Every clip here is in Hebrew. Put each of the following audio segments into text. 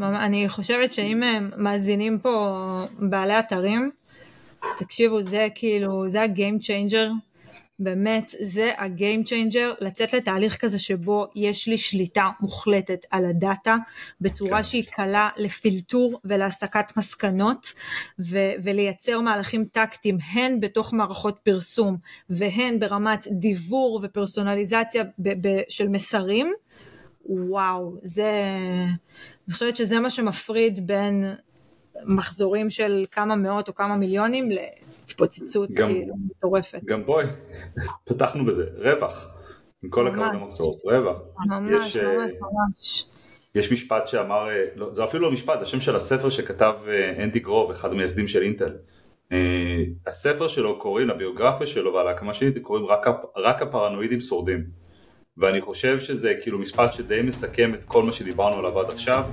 אני חושבת שאם הם מאזינים פה בעלי אתרים, תקשיבו, זה כאילו, זה הגיים צ'יינג'ר, באמת, זה הגיים צ'יינג'ר, לצאת לתהליך כזה שבו יש לי שליטה מוחלטת על הדאטה, בצורה שהיא קלה לפילטור ולהסקת מסקנות, ולייצר מהלכים טקטיים, הן בתוך מערכות פרסום, והן ברמת דיבור ופרסונליזציה של מסרים. וואו, אני חושבת שזה מה שמפריד בין מחזורים של כמה מאות או כמה מיליונים להתפוצצות מטורפת. גם בואי, פתחנו בזה, רווח, עם כל הכבוד למחזור, רווח. ממש, ממש. יש משפט שאמר, זה אפילו לא משפט, זה השם של הספר שכתב אנדי גרוב, אחד המייסדים של אינטל. הספר שלו קוראים, הביוגרפיה שלו ועל ההקמה של אינטל קוראים רק הפרנואידים שורדים. ואני חושב שזה כאילו משפט שדי מסכם את כל מה שדיברנו עליו עד עכשיו.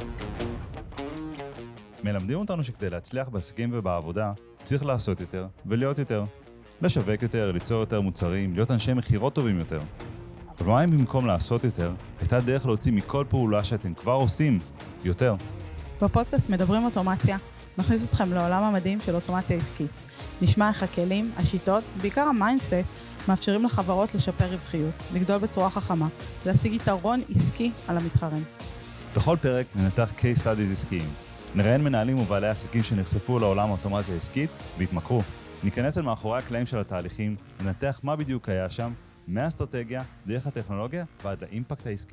מלמדים אותנו שכדי להצליח בעסקים ובעבודה, צריך לעשות יותר ולהיות יותר. לשווק יותר, ליצור יותר מוצרים, להיות אנשי מחירות טובים יותר. אבל מה אם במקום לעשות יותר, הייתה דרך להוציא מכל פעולה שאתם כבר עושים יותר? בפודקאסט מדברים אוטומציה, נכניס אתכם לעולם המדהים של אוטומציה עסקית. נשמע איך הכלים, השיטות, בעיקר המיינדסט, מאפשרים לחברות לשפר רווחיות, לגדול בצורה חכמה, להשיג יתרון עסקי על המתחרים. בכל פרק ננתח case studies עסקיים. נראיין מנהלים ובעלי עסקים שנחשפו לעולם האוטומציה העסקית והתמכרו. ניכנס אל מאחורי הקלעים של התהליכים, ננתח מה בדיוק היה שם, מהאסטרטגיה, דרך הטכנולוגיה ועד לאימפקט העסקי.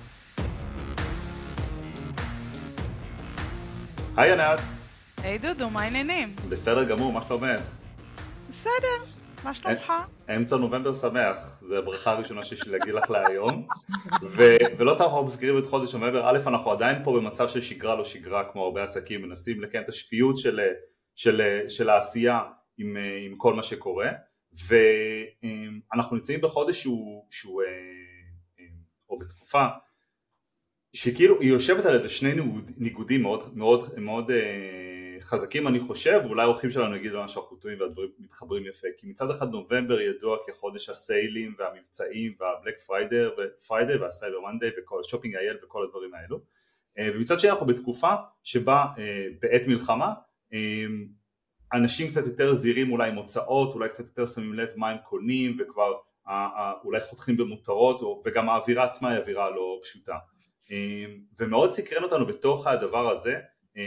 היי ענת. היי דודו, מה העניינים? בסדר גמור, מה שלומך? בסדר, מה שלומך? אמצע נובמבר שמח, זה הברכה הראשונה שיש להגיד לך להיום. ולא סתם אנחנו מזכירים את חודש נובמבר, א', אנחנו עדיין פה במצב של שגרה לא שגרה, כמו הרבה עסקים, מנסים לקיים את השפיות של העשייה עם כל מה שקורה, ואנחנו נמצאים בחודש שהוא או בתקופה, שכאילו היא יושבת על איזה שני ניגודים מאוד חזקים אני חושב, ואולי האורחים שלנו יגידו לנו שאנחנו טועים והדברים מתחברים יפה, כי מצד אחד נובמבר ידוע כחודש הסיילים והמבצעים והבלק פריידר והסייבר מנדי וכל שופינג אייל וכל הדברים האלו, ומצד שני אנחנו בתקופה שבה בעת מלחמה אנשים קצת יותר זהירים אולי עם הוצאות, אולי קצת יותר שמים לב מה הם קונים וכבר אולי חותכים במותרות, וגם האווירה עצמה היא אווירה לא פשוטה, ומאוד סקרן אותנו בתוך הדבר הזה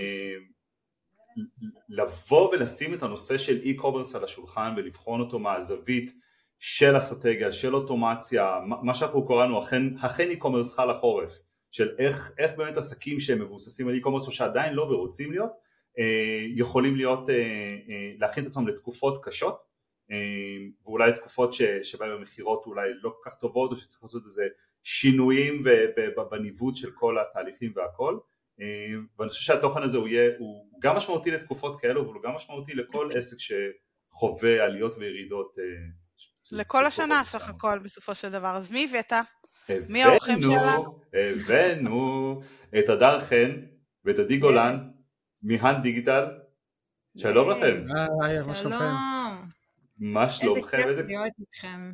לבוא ולשים את הנושא של e-commerce על השולחן ולבחון אותו מהזווית של אסטרטגיה, של אוטומציה, מה שאנחנו קוראנו אכן e-commerce חל החורף, של איך באמת עסקים שהם מבוססים על e-commerce או שעדיין לא ורוצים להיות, יכולים להכין את עצמם לתקופות קשות, ואולי לתקופות שבהם המחירות אולי לא כל כך טובות, או שצריך לעשות איזה שינויים בניווט של כל התהליכים והכל, ואני חושב שהתוכן הזה הוא גם משמעותי לתקופות כאלו, אבל הוא גם משמעותי לכל עסק שחווה עליות וירידות. לכל השנה סך הכל בסופו של דבר. אז מי הבאת? מי האורחים שלנו? הבאנו את הדר חן ואת עדי גולן מהאנט דיגיטל. שלום לכם. מה שלומכם? מה שלומכם? איזה כיף להיות איתכם.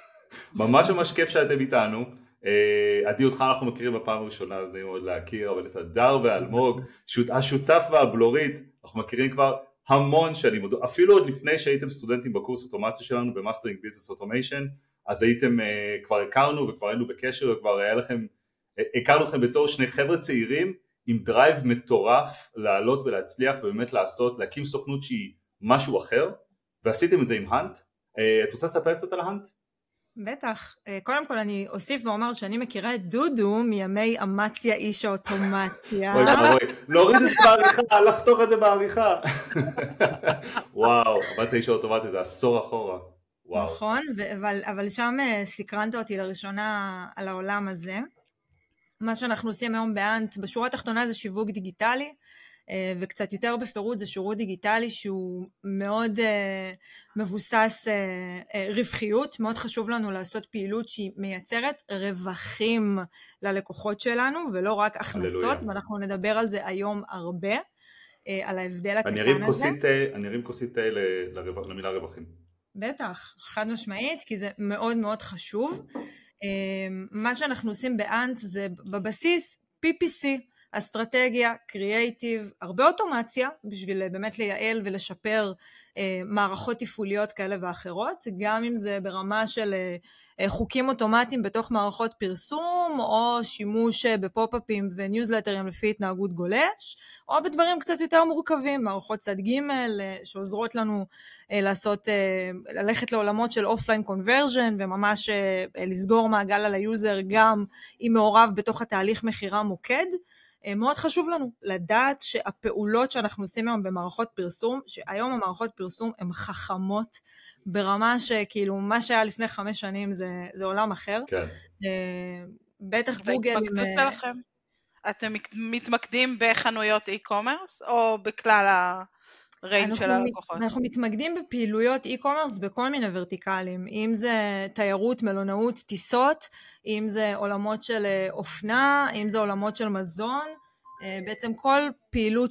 ממש כיף שאתם איתנו. עדי אותך אנחנו מכירים בפעם הראשונה, אז נעים מאוד להכיר, אבל את הדר ואלמוג, השותף והבלורית, אנחנו מכירים כבר המון שנים, אפילו עוד לפני שהייתם סטודנטים בקורס אוטומציה שלנו במאסטרינג ביזנס אוטומיישן, אז הייתם, כבר הכרנו וכבר היינו בקשר, וכבר הכרנו אתכם בתור שני חבר'ה צעירים עם דרייב מטורף לעלות ולהצליח ובאמת להקים סוכנות שהיא משהו אחר, ועשיתם את זה עם האנט. את רוצה לספר קצת על האנט? בטח. קודם כל אני אוסיף ואומר שאני מכירה את דודו מימי אמציה איש האוטומציה. להוריד את זה בעריכה, לחתוך את זה בעריכה. וואו, אמציה איש האוטומציה זה עשור אחורה. נכון, אבל שם סקרנת אותי לראשונה על העולם הזה. מה שאנחנו עושים היום באנט, בשורה התחתונה זה שיווק דיגיטלי, וקצת יותר בפירוט זה שירות דיגיטלי שהוא מאוד מבוסס רווחיות, מאוד חשוב לנו לעשות פעילות שהיא מייצרת רווחים ללקוחות שלנו ולא רק הכנסות, ואנחנו נדבר על זה היום הרבה, על ההבדל הקטן הזה. אני ארים כוסית תה למילה רווחים. בטח, חד משמעית, כי זה מאוד מאוד חשוב. מה שאנחנו עושים באנט זה בבסיס PPC, אסטרטגיה, קריאייטיב, הרבה אוטומציה, בשביל באמת לייעל ולשפר מערכות תפעוליות כאלה ואחרות, גם אם זה ברמה של חוקים אוטומטיים בתוך מערכות פרסום, או שימוש בפופ-אפים וניוזלטרים לפי התנהגות גולש, או בדברים קצת יותר מורכבים, מערכות צד ג' שעוזרות לנו ללכת לעולמות של אופליין קונברז'ן, וממש לסגור מעגל על היוזר גם אם מעורב בתוך התהליך מחירה מוקד. מאוד חשוב לנו לדעת שהפעולות שאנחנו עושים היום במערכות פרסום, שהיום המערכות פרסום הן חכמות, ברמה שכאילו מה שהיה לפני 5 שנים זה עולם אחר. כן. בטח גוגל. וההתמקדות שלכם, אתם מתמקדים בחנויות e-commerce או בכלל הריינג' של הלקוחות? אנחנו מתמקדים בפעילויות e-commerce בכל מיני ורטיקלים, אם זה תיירות, מלונאות, טיסות, אם זה עולמות של אופנה, אם זה עולמות של מזון, בעצם כל פעילות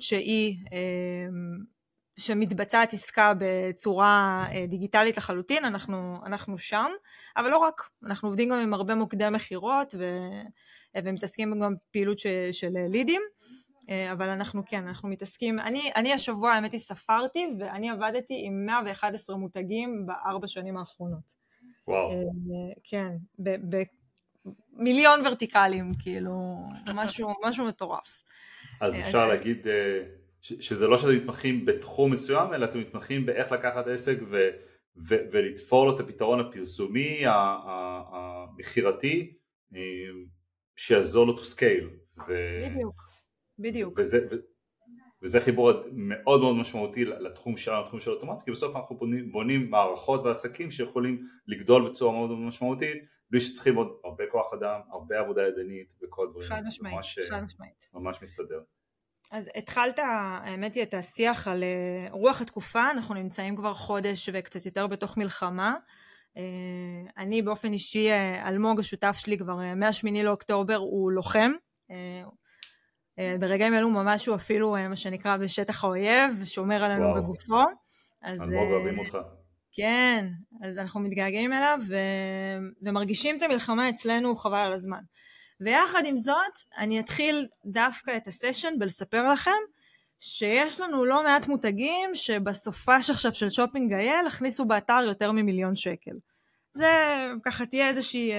שמתבצעת עסקה בצורה דיגיטלית לחלוטין, אנחנו שם, אבל לא רק, אנחנו עובדים גם עם הרבה מוקדי מחירות, ומתעסקים גם פעילות של לידים, אבל אנחנו מתעסקים, אני השבוע האמת היא ספרתי, ואני עבדתי עם 111 מותגים ב4 שנים האחרונות. וואו. כן, במיליון ורטיקלים, כאילו, משהו מטורף. אז אפשר להגיד שזה לא שאתם מתמחים בתחום מסוים, אלא אתם מתמחים באיך לקחת עסק ולתפור לו את הפתרון הפרסומי, המחירתי, שיעזור לו to scale. בדיוק. וזה חיבור מאוד מאוד משמעותי לתחום שלנו, לתחום של אוטומציה, כי בסוף אנחנו בונים מערכות ועסקים שיכולים לגדול בצורה מאוד מאוד משמעותית, בלי שצריכים עוד הרבה כוח אדם, הרבה עבודה ידנית וכל דברים. חד משמעית. ממש מסתדר. אז התחלת, האמת היא, את השיח על רוח התקופה, אנחנו נמצאים כבר חודש וקצת יותר בתוך מלחמה. אני באופן אישי, אלמוג השותף שלי כבר מה-8 לאוקטובר הוא לוחם, ברגעים אלו ממש הוא אפילו מה שנקרא בשטח האויב, שומר עלינו בגופו. אלמוג אוהבים אותך. כן, אז אנחנו מתגעגעים אליו ומרגישים את המלחמה אצלנו חבל על הזמן. ויחד עם זאת, אני אתחיל דווקא את הסשן בלספר לכם שיש לנו לא מעט מותגים שבסופש עכשיו של שופינג גייל הכניסו באתר יותר מ1,000,000 שקל. זה ככה תהיה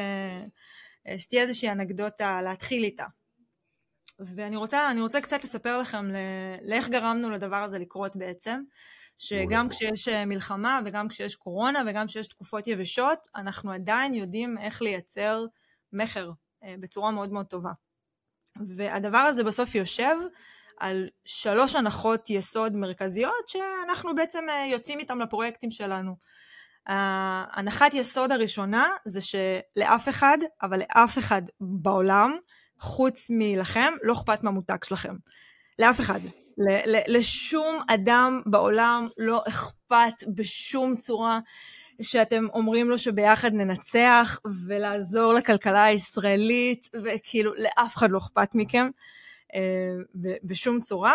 איזושהי אנקדוטה להתחיל איתה. ואני רוצה קצת לספר לכם לאיך גרמנו לדבר הזה לקרות בעצם, שגם כשיש מלחמה וגם כשיש קורונה וגם כשיש תקופות יבשות, אנחנו עדיין יודעים איך לייצר מחר בצורה מאוד מאוד טובה. והדבר הזה בסוף יושב על 3 הנחות יסוד מרכזיות שאנחנו בעצם יוצאים איתם לפרויקטים שלנו. הנחת יסוד הראשונה זה שלאף אחד, אבל לאף אחד בעולם, חוץ מלכם, לא אכפת מהמותג שלכם. לאף אחד. לשום אדם בעולם לא אכפת בשום צורה שאתם אומרים לו שביחד ננצח ולעזור לכלכלה הישראלית, וכאילו לאף אחד לא אכפת מכם בשום צורה,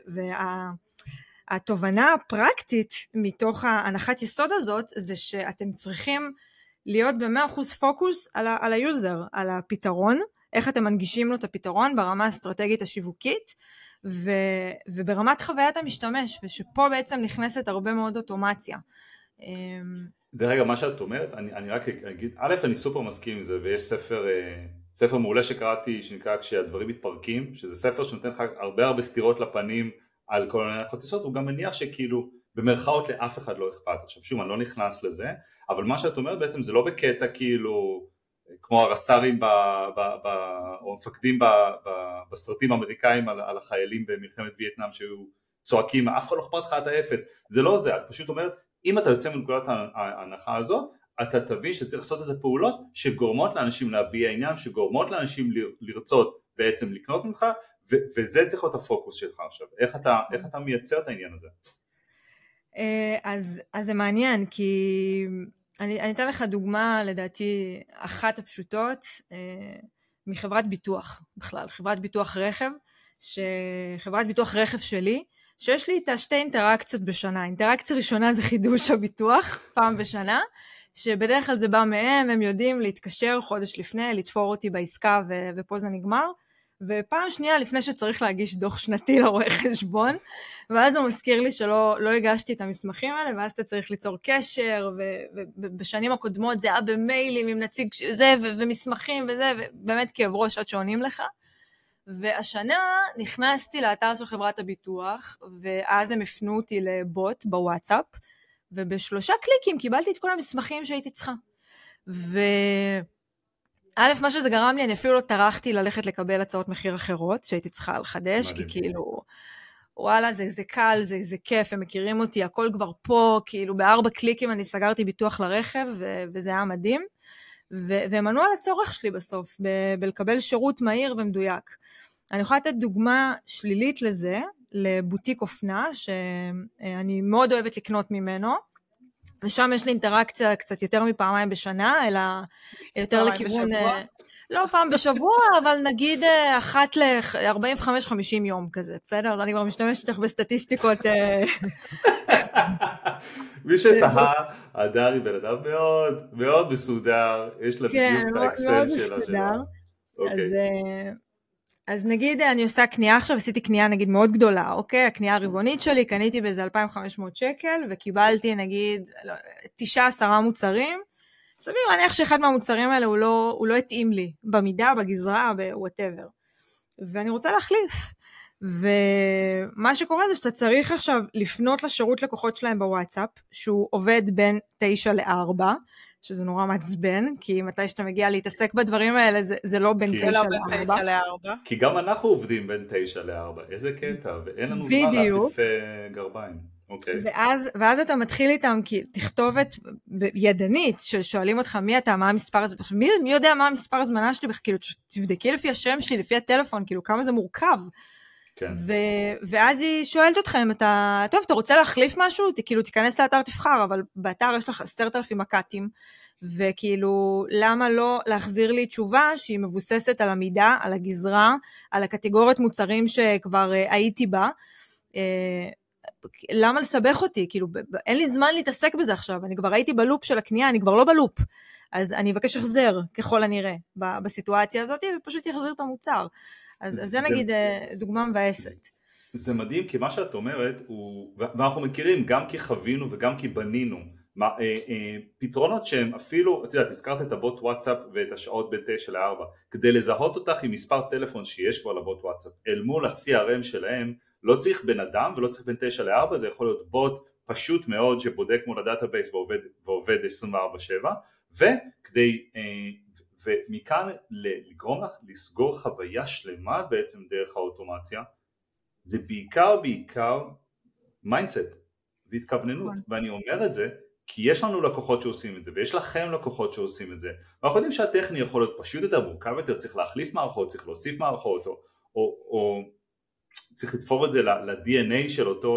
והתובנה הפרקטית מתוך ההנחת יסוד הזאת, זה שאתם צריכים להיות ב100% פוקוס על היוזר, על הפתרון, איך אתם מנגישים לו את הפתרון ברמה האסטרטגית השיווקית, וברמת חוויית המשתמש, ושפה בעצם נכנסת הרבה מאוד אוטומציה. דרך אגב, מה שאת אומרת, אני רק אגיד, א', אני סופר מסכים עם זה, ויש ספר מעולה שקראתי, שנקרא כשהדברים מתפרקים, שזה ספר שנותן לך הרבה סתירות לפנים על כל מיני חתיסות, הוא גם מניח שכאילו במרכאות לאף אחד לא אכפת. עכשיו שוב, אני לא נכנס לזה, אבל מה שאת אומרת בעצם זה לא בקטע כאילו, כמו הרס"רים או המפקדים בסרטים האמריקאים על החיילים במלחמת וייטנאם שהיו צועקים, אף אחד לא אכפת לך את האפס. זה לא זה, את פשוט אומרת, אם אתה יוצא מנקודת ההנחה הזאת, אתה תבין שצריך לעשות את הפעולות שגורמות לאנשים להביע עניין, שגורמות לאנשים לרצות בעצם לקנות ממך, וזה צריך להיות הפוקוס שלך עכשיו. איך אתה מייצר את העניין הזה? אז זה מעניין, כי אני אתן לך דוגמה, לדעתי, אחת הפשוטות, מחברת ביטוח בכלל, חברת ביטוח רכב, שחברת ביטוח רכב שלי, שיש לי איתה 2 אינטראקציות בשנה. אינטראקציה ראשונה זה חידוש הביטוח, פעם בשנה, שבדרך כלל זה בא מהם, הם יודעים להתקשר חודש לפני, לתפור אותי בעסקה ופה זה נגמר. ופעם שנייה לפני שצריך להגיש דוח שנתי לרואה חשבון, ואז הוא מזכיר לי שלא הגשתי את המסמכים האלה, ואז אתה צריך ליצור קשר, ובשנים הקודמות זה היה במיילים עם נציג זה, ומסמכים וזה, ובאמת כאב ראש עד שעונים לך. והשנה נכנסתי לאתר של חברת הביטוח, ואז הם הפנו אותי לבוט בוואטסאפ, וב3 קליקים קיבלתי את כל המסמכים שהייתי צריכה. מה שזה גרם לי, אני אפילו לא טרחתי ללכת לקבל הצעות מחיר אחרות, שהייתי צריכה לחדש, כי כאילו, וואלה, זה קל, זה כיף, הם מכירים אותי, הכל כבר פה, כאילו ב4 קליקים אני סגרתי ביטוח לרכב, וזה היה מדהים, והם ענו על הצורך שלי בסוף, בלקבל שירות מהיר ומדויק. אני יכולה לתת דוגמה שלילית לזה, לבוטיק אופנה, שאני מאוד אוהבת לקנות ממנו, ושם יש לי אינטראקציה קצת יותר מפעמיים בשנה, אלא יותר לכיוון, לא פעם בשבוע, אבל נגיד אחת ל-45-50 יום כזה, בסדר? אני כבר משתמשת לך בסטטיסטיקות. מי שתהה, הדר היא בן אדם מאוד מאוד מסודר, יש לה בדיוק את האקסל שלה. אז נגיד אני עושה קנייה עכשיו, עשיתי קנייה נגיד מאוד גדולה, אוקיי? הקנייה הרבעונית שלי, קניתי באיזה 2,500 שקל, וקיבלתי נגיד 9-10 מוצרים, סביר להניח שאחד מהמוצרים האלה הוא לא התאים לי, במידה, בגזרה, ב-whatever. ואני רוצה להחליף. ומה שקורה זה שאתה צריך עכשיו לפנות לשירות לקוחות שלהם בוואטסאפ, שהוא עובד בין 9 ל-4, שזה נורא מעצבן, כי מתי שאתה מגיע להתעסק בדברים האלה, זה לא בין 9 ל-4. כי גם אנחנו עובדים בין 9 ל-4, איזה קטע, ואין לנו זמן להחליף גרביים. ואז אתה מתחיל איתם, כי תכתובת ידנית, ששואלים אותך מי אתה, מה המספר הזה, מי יודע מה המספר הזמנה שלי, כאילו תבדקי לפי השם שלי, לפי הטלפון, כאילו כמה זה מורכב. כן. ואז היא שואלת אותך אם אתה רוצה להחליף משהו, כאילו תיכנס לאתר תבחר, אבל באתר יש לך 10,000 מקטים, וכאילו למה לא להחזיר לי תשובה שהיא מבוססת על המידה, על הגזרה, על הקטגוריות מוצרים שכבר הייתי בה, למה לסבך אותי? כאילו אין לי זמן להתעסק בזה עכשיו, אני כבר הייתי בלופ של הקנייה, אני כבר לא בלופ, אז אני אבקש החזר ככל הנראה בסיטואציה הזאת, ופשוט יחזיר את המוצר. אז זה נגיד דוגמה מבאסת. זה מדהים, כי מה שאת אומרת, ואנחנו מכירים גם כי חווינו וגם כי בנינו, פתרונות שהם אפילו, את יודעת, הזכרת את הבוט וואטסאפ ואת השעות בין 9 ל-4, כדי לזהות אותך עם מספר טלפון שיש כבר לבוט וואטסאפ, אל מול ה-CRM שלהם, לא צריך בן אדם ולא צריך בין 9 ל-4, זה יכול להיות בוט פשוט מאוד שבודק מול הדאטאבייס ועובד 24/7, ומכאן לגרום לך לסגור חוויה שלמה בעצם דרך האוטומציה, זה בעיקר מיינדסט והתכווננות, ואני אומר את זה כי יש לנו לקוחות שעושים את זה, ויש לכם לקוחות שעושים את זה, ואנחנו יודעים שהטכני יכול להיות פשוט יותר מורכב יותר, צריך להחליף מערכות, צריך להוסיף מערכות, או צריך לתפור את זה ל-DNA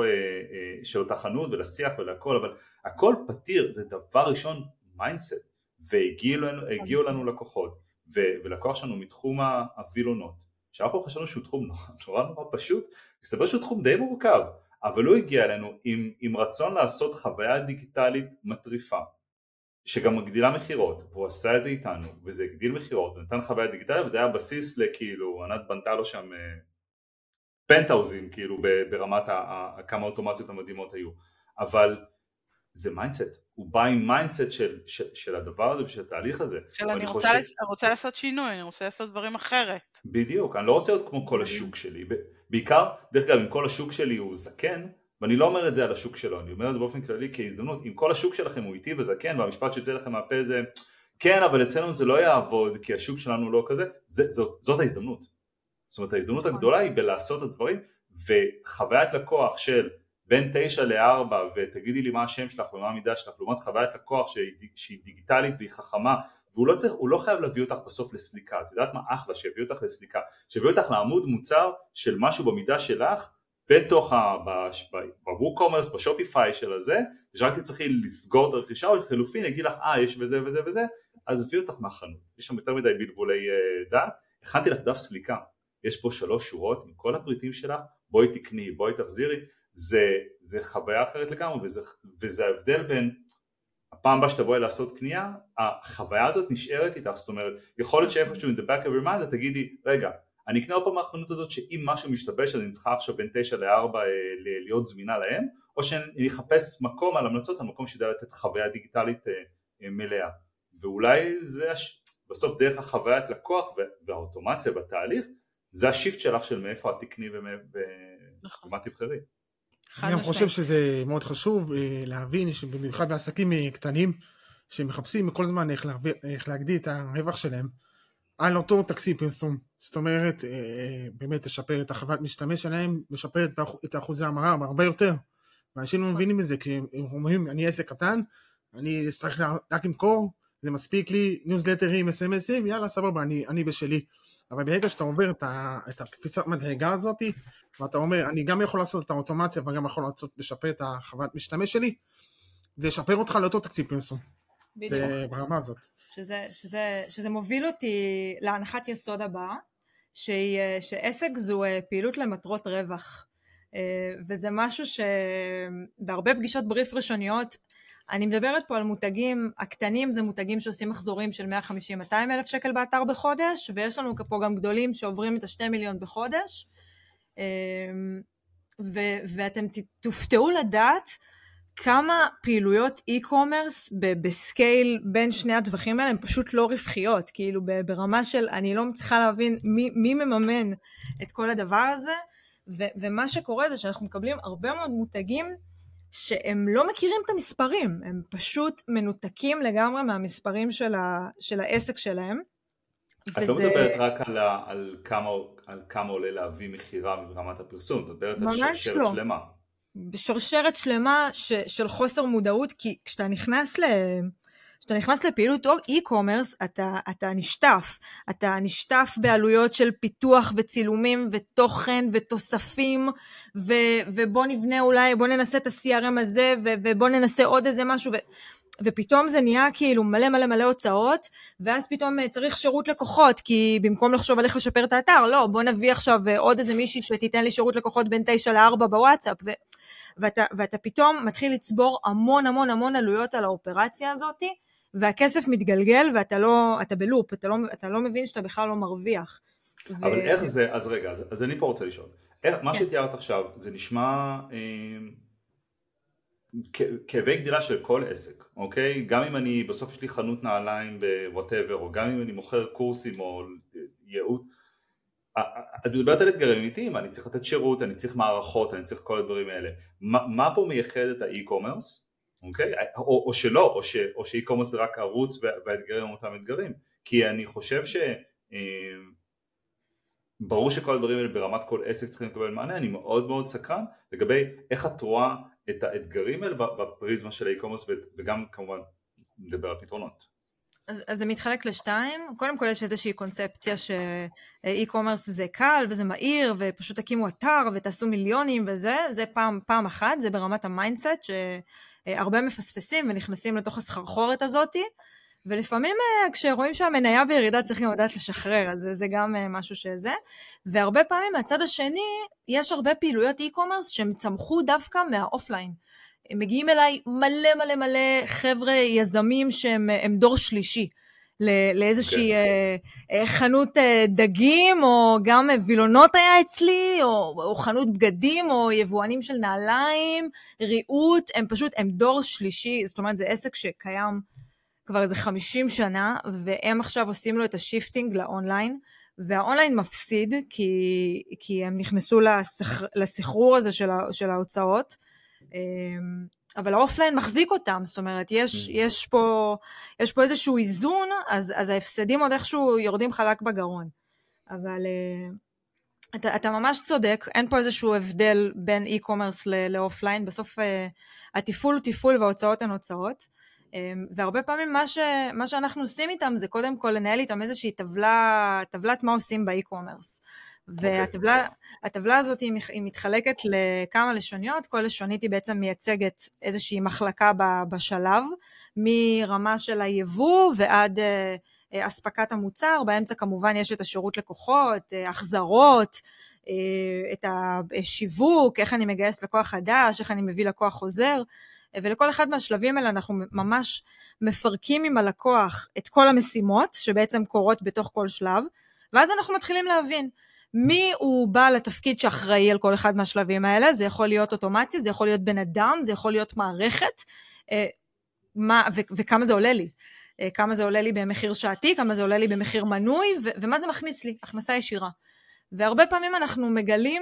של אותה חנות ולשיח ולכל, אבל הכל פתיר, זה דבר ראשון מיינדסט, והגיעו לנו לקוחות, ולקוח שלנו מתחום הווילונות, שאנחנו חשבנו שהוא תחום נורא פשוט, מסתבר שהוא תחום די מורכב, אבל הוא הגיע אלינו עם רצון לעשות חוויה דיגיטלית מטריפה, שגם מגדילה מחירות, והוא עשה את זה איתנו, וזה הגדיל מחירות, ונתן חוויה דיגיטלית, וזה היה בסיס לכאילו, ענת בנתה לו שם פנטאוזים, כאילו ברמת כמה אוטומציות המדהימות היו, אבל זה מיינדסט, הוא בא עם מיינדסט של הדבר הזה ושל התהליך הזה. אני רוצה לעשות שינוי, אני רוצה לעשות דברים אחרת. בדיוק, אני לא רוצה להיות כמו כל השוק שלי, בעיקר, דרך אגב, אם כל השוק שלי הוא זקן, ואני לא אומר את זה על השוק שלו, אני אומר את זה באופן כללי כהזדמנות, אם כל השוק שלכם הוא איטי וזקן, והמשפט שיצא לכם מהפה זה, כן, אבל אצלנו זה לא יעבוד, כי השוק שלנו לא כזה, זאת ההזדמנות. זאת אומרת, ההזדמנות הגדולה היא בלעשות את הדברים, וחוויית לקוח של בין 9 ל-4, ותגידי לי מה השם שלך ומה המידה שלך, לעומת חוויית לקוח שהיא דיגיטלית והיא חכמה, והוא לא חייב להביא אותך בסוף לסליקה, את יודעת מה אחלה, שהביא אותך לסליקה, שהביא אותך לעמוד מוצר של משהו במידה שלך, בתוך בווקומרס, בשופיפיי של הזה, ושרק תצטרכי לסגור את הרכישה, או חילופין, יגיד לך, יש וזה וזה וזה, אז הביא אותך מהחנות, יש שם יותר מדי בלבולי דעת, הכנתי לך דף סליקה, יש פה 3 שורות עם כל הפריטים שלך, בואי תקני, בואי תחזירי, זה חוויה אחרת לגמרי, וזה ההבדל בין הפעם הבאה שתבואי לעשות קנייה, החוויה הזאת נשארת איתך, זאת אומרת, יכול להיות שאיפשהו in the back of your mind, תגידי, רגע, אני אקנה עוד פעם מהחנות הזאת שאם משהו משתבש אז אני צריכה עכשיו בין 9 ל-4 להיות זמינה להם, או שאני אחפש מקום על המלצות, המקום שידע לתת חוויה דיגיטלית מלאה. ואולי זה בסוף דרך החוויית לקוח והאוטומציה בתהליך, זה השיפט שלך של מאיפה התקני ומה תבחרי. אני גם חושב שזה מאוד חשוב להבין שבמיוחד בעסקים קטנים שמחפשים כל זמן איך להגדיל את הרווח שלהם על אותו תקציב פרסום, זאת אומרת באמת לשפר את החוות משתמש שלהם, לשפר את אחוזי המרה הרבה יותר, ואנשים לא מבינים את זה, כי הם אומרים אני עסק קטן, אני צריך רק למכור, זה מספיק לי ניוזלטרים, SMSים, יאללה סבבה, אני בשלי. אבל ברגע שאתה עובר את הקפיצת מדרגה הזאת, ואתה אומר, אני גם יכול לעשות את האוטומציה, וגם יכול לשפר את החוות משתמש שלי, זה ישפר אותך לאותו תקציב פרסום. זה ברמה הזאת. שזה מוביל אותי להנחת יסוד הבאה, שעסק זו פעילות למטרות רווח. וזה משהו שבהרבה פגישות בריף ראשוניות, אני מדברת פה על מותגים, הקטנים זה מותגים שעושים מחזורים של 150-200 אלף שקל באתר בחודש, ויש לנו פה גם גדולים שעוברים את ה2 מיליון בחודש, ואתם תופתעו לדעת כמה פעילויות e-commerce בסקייל בין שני הטווחים האלה, הן פשוט לא רווחיות, כאילו ברמה של אני לא מצליחה להבין מי מממן את כל הדבר הזה, ומה שקורה זה שאנחנו מקבלים הרבה מאוד מותגים, שהם לא מכירים את המספרים, הם פשוט מנותקים לגמרי מהמספרים של העסק שלהם. את לא מדברת רק על כמה עולה להביא מחירה מרמת הפרסום, את מדברת על שרשרת שלמה. בשרשרת שלמה של חוסר מודעות, כי כשאתה נכנס לפעילות e-commerce, אתה נשטף בעלויות של פיתוח וצילומים ותוכן ותוספים, ובוא נבנה אולי, בוא ננסה את ה-CRM הזה, ובוא ננסה עוד איזה משהו, ופתאום זה נהיה כאילו מלא הוצאות, ואז פתאום צריך שירות לקוחות, כי במקום לחשוב על איך לשפר את האתר, לא, בוא נביא עכשיו עוד איזה מישהי שתיתן לי שירות לקוחות בין 9 ל-4 בוואטסאפ, ואתה פתאום מתחיל לצבור המון עלויות על האופרציה הזאת, והכסף מתגלגל, ואתה בלופ, אתה לא מבין שאתה בכלל לא מרוויח. אבל איך זה, אז רגע, אז אני פה רוצה לשאול, מה שתיארת עכשיו, זה נשמע כאבי גדילה של כל עסק, אוקיי? גם אם אני, בסוף יש לי חנות נעליים ב-whatever, או גם אם אני מוכר קורסים או ייעוץ, את מדברת על אתגרים אמיתיים, אני צריך לתת שירות, אני צריך מערכות, אני צריך כל הדברים האלה. מה פה מייחד את האי-קומרס? אוקיי? או שלא, או שאי-קומרס זה רק ערוץ והאתגרים הם אותם אתגרים. כי אני חושב ברור שכל הדברים האלה ברמת כל עסק צריכים לקבל מענה, אני מאוד סקרן לגבי איך את רואה את האתגרים האלה בפריזמה של האי-קומרס, וגם כמובן נדבר על פתרונות. אז זה מתחלק לשתיים. קודם כל יש איזושהי קונספציה שאי-קומרס זה קל וזה מהיר, ופשוט תקימו אתר ותעשו מיליונים וזה, זה פעם אחת, זה ברמת המיינדסט, שהרבה מפספסים ונכנסים לתוך הסחרחורת הזאת, ולפעמים כשרואים שהמניה בירידה צריכים לדעת לשחרר, אז זה גם משהו שזה, והרבה פעמים מהצד השני יש הרבה פעילויות אי-קומרס שהם צמחו דווקא מהאופליין, הם מגיעים אליי מלא חבר'ה יזמים שהם דור שלישי, לאיזושהי חנות דגים, או גם וילונות היה אצלי, או חנות בגדים, או יבואנים של נעליים, ריהוט, הם דור שלישי, זאת אומרת זה עסק שקיים כבר איזה 50 שנה, והם עכשיו עושים לו את השיפטינג לאונליין, והאונליין מפסיד, כי הם נכנסו לסחרור הזה של ההוצאות, אבל האופליין מחזיק אותם, זאת אומרת, יש פה איזשהו איזון, אז ההפסדים עוד איכשהו יורדים חלק בגרון. אבל אתה ממש צודק, אין פה איזשהו הבדל בין e-commerce לאופליין, בסוף הטיפול הוא טיפול וההוצאות הן הוצאות, והרבה פעמים מה שאנחנו עושים איתם זה קודם כל לנהל איתם איזושהי טבלת מה עושים באי-קומרס. והטבלה הזאת היא מתחלקת לכמה לשוניות, כל לשונית היא בעצם מייצגת איזושהי מחלקה בשלב, מרמה של היבוא ועד אספקת המוצר, באמצע כמובן יש את השירות לקוחות, החזרות, את השיווק, איך אני מגייס לקוח חדש, איך אני מביא לקוח חוזר, ולכל אחד מהשלבים האלה אנחנו ממש מפרקים עם הלקוח את כל המשימות שבעצם קורות בתוך כל שלב, ואז אנחנו מתחילים להבין, מי הוא בעל התפקיד שאחראי על כל אחד מהשלבים האלה, זה יכול להיות אוטומציה, זה יכול להיות בן אדם, זה יכול להיות מערכת, וכמה זה עולה לי. כמה זה עולה לי במחיר שעתי, כמה זה עולה לי במחיר מנוי, ומה זה מכניס לי, הכנסה ישירה. והרבה פעמים אנחנו מגלים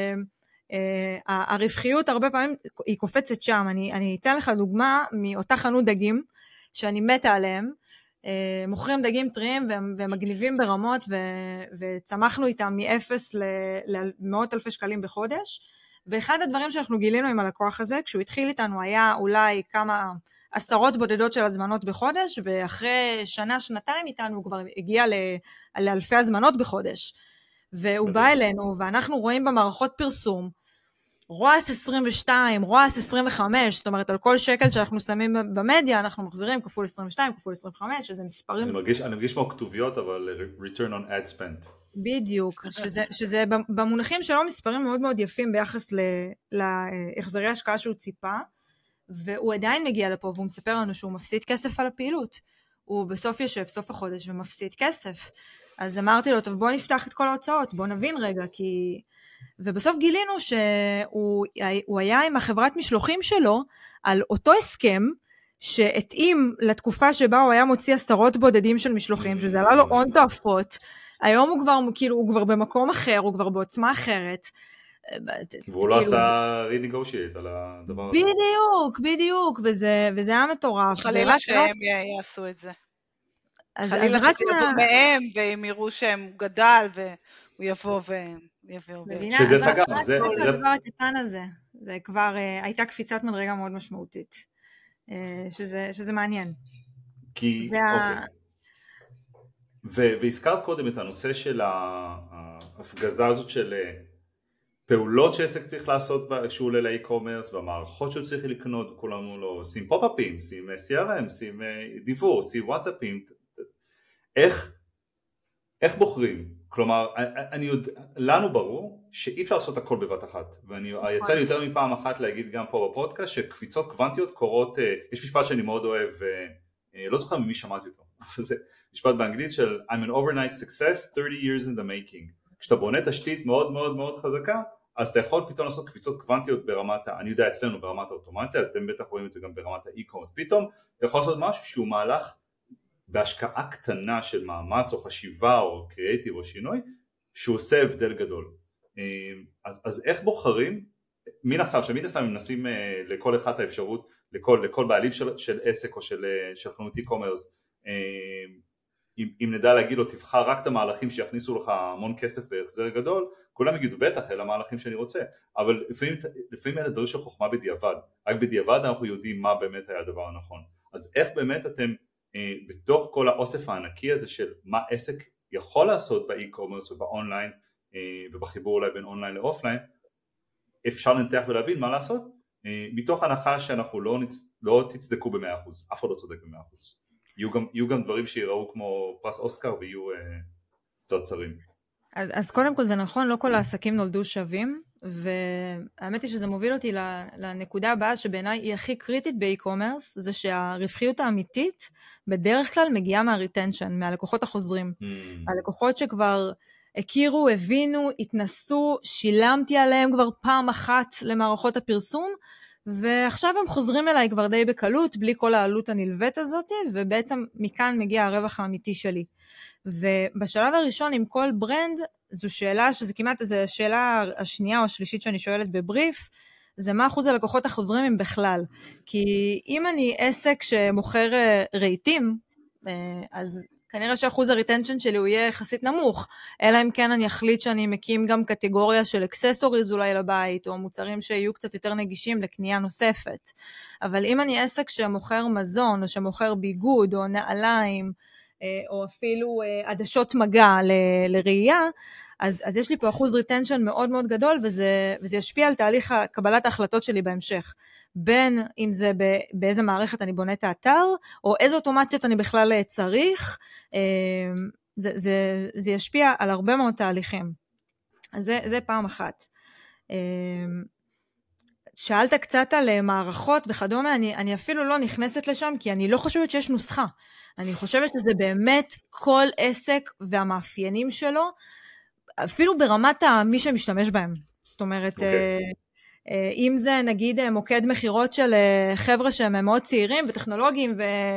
שהרווחיות הרבה פעמים היא קופצת שם. אני אתן לך דוגמה מאותה חנות דגים, שאני מתה עליהם, מוכרים דגים טריים ומגניבים ברמות, וצמחנו איתם מ-0 למאות אלפי שקלים בחודש, ואחד הדברים שאנחנו גילינו עם הלקוח הזה, כשהוא התחיל איתנו היה אולי כמה עשרות בודדות של הזמנות בחודש, ואחרי שנה, שנתיים איתנו הוא כבר הגיע לאלפי הזמנות בחודש, והוא בא אלינו, ואנחנו רואים במערכות פרסום, רועס 22, רועס 25, זאת אומרת, על כל שקל שאנחנו שמים במדיה, אנחנו מחזירים כפול 22, כפול 25, שזה מספרים... אני מרגיש כמו כתוביות, אבל return on ad spend. בדיוק, שזה במונחים שלו מספרים מאוד מאוד יפים ביחס להחזרי השקעה שהוא ציפה, והוא עדיין מגיע לפה, והוא מספר לנו שהוא מפסיד כסף על הפעילות. הוא בסוף יושב, סוף החודש, ומפסיד כסף. אז אמרתי לו, טוב, בוא נפתח את כל ההוצאות, בוא נבין רגע, כי... ובסוף גילינו שהוא היה עם החברת משלוחים שלו, על אותו הסכם, שהתאים לתקופה שבה הוא היה מוציא עשרות בודדים של משלוחים, שזה עלה לו הון תועפות. היום הוא כבר במקום אחר, הוא כבר בעוצמה אחרת. והוא לא עשה ריניגושייט על הדבר הזה. בדיוק, וזה היה מטורף. חלילה שהם יעשו את זה. חלילה שזה יבוא מהם, והם יראו שהם גדל, והוא יבוא שדרך אגב, זה הדבר הקטן הזה. זה כבר הייתה קפיצת מדרגה מאוד משמעותית. שזה מעניין. והזכרת קודם את הנושא של ההפגזה הזאת של פעולות שעסק צריך לעשות כשהוא עולה לאי-קומרס, והמערכות שהוא צריך לקנות, וכולם אמרו לו, שים פופ-אפים, שים CRM, שים דיוור, שים וואטסאפים. איך בוחרים? כלומר, לנו ברור שאי אפשר לעשות הכל בבת אחת, ואני יצא לי יותר מפעם אחת להגיד גם פה בפודקאסט, שקפיצות קוונטיות קורות, יש משפט שאני מאוד אוהב, לא זוכר ממי שמעתי אותו, אבל זה משפט באנגלית של I'm an overnight success, 30 years in the making. כשאתה בונה תשתית מאוד מאוד מאוד חזקה, אז אתה יכול פתאום לעשות קפיצות קוונטיות ברמת, אני יודע אצלנו ברמת האוטומציה, אתם בטח רואים את זה גם ברמת האי-קומרס, פתאום אתה יכול לעשות משהו שהוא מהלך בהשקעה קטנה של מאמץ או חשיבה או קריאיטיב או שינוי, שהוא עושה הבדל גדול. אז איך בוחרים? מן הסתם הם מנסים לכל אחד את האפשרות, לכל בעלים של עסק או של חנות אי-קומרס, אם נדע להגיד לו תבחר רק את המהלכים שיכניסו לך המון כסף והחזר גדול, כולם יגידו בטח אלה המהלכים שאני רוצה, אבל לפעמים אלה דברים של חוכמה בדיעבד, רק בדיעבד אנחנו יודעים מה באמת היה הדבר הנכון. אז איך באמת אתם בתוך כל האוסף הענקי הזה של מה עסק יכול לעשות באי-קומרס ובאונליין ובחיבור אולי בין אונליין לאופליין, אפשר לנתח ולהבין מה לעשות, מתוך הנחה שאנחנו לא תצדקו ב100%, אף אחד לא צודק ב100%. יהיו גם דברים שיראו כמו פרס אוסקר ויהיו צרצרים. אז קודם כל זה נכון, לא כל העסקים נולדו שווים, והאמת היא שזה מוביל אותי לנקודה הבאה שבעיניי היא הכי קריטית באי-קומרס, זה שהרווחיות האמיתית בדרך כלל מגיעה מהריטנשן, מהלקוחות החוזרים. הלקוחות שכבר הכירו, הבינו, התנסו, שילמתי עליהם כבר פעם אחת למערכות הפרסום, ועכשיו הם חוזרים אליי כבר די בקלות, בלי כל העלות הנלווית הזאת, ובעצם מכאן מגיע הרווח האמיתי שלי. ובשלב הראשון עם כל ברנד, זו שאלה שזה כמעט, זו השאלה השנייה או השלישית שאני שואלת בבריף, זה מה אחוז הלקוחות החוזרים הם בכלל. כי אם אני עסק שמוכר רהיטים, אז כנראה שאחוז הריטנשן שלי הוא יהיה יחסית נמוך, אלא אם כן אני אחליט שאני מקים גם קטגוריה של אקססוריז אולי לבית, או מוצרים שיהיו קצת יותר נגישים לקנייה נוספת. אבל אם אני עסק שמוכר מזון, או שמוכר ביגוד, או נעליים, או אפילו עדשות מגע לראייה, אז יש לי פה אחוז ריטנשן מאוד מאוד גדול, וזה ישפיע על תהליך קבלת ההחלטות שלי בהמשך. בין אם זה באיזה מערכת אני בונה את האתר, או איזה אוטומציות אני בכלל צריך, זה ישפיע על הרבה מאוד תהליכים. אז זה פעם אחת. שאלת קצת על מערכות וכדומה, אני אפילו לא נכנסת לשם, כי אני לא חושבת שיש נוסחה. אני חושבת שזה באמת כל עסק והמאפיינים שלו. אפילו ברמת מי שמשתמש בהם. זאת אומרת, אם זה נגיד מוקד מחירות של חבר'ה שהם מאוד צעירים וטכנולוגיים,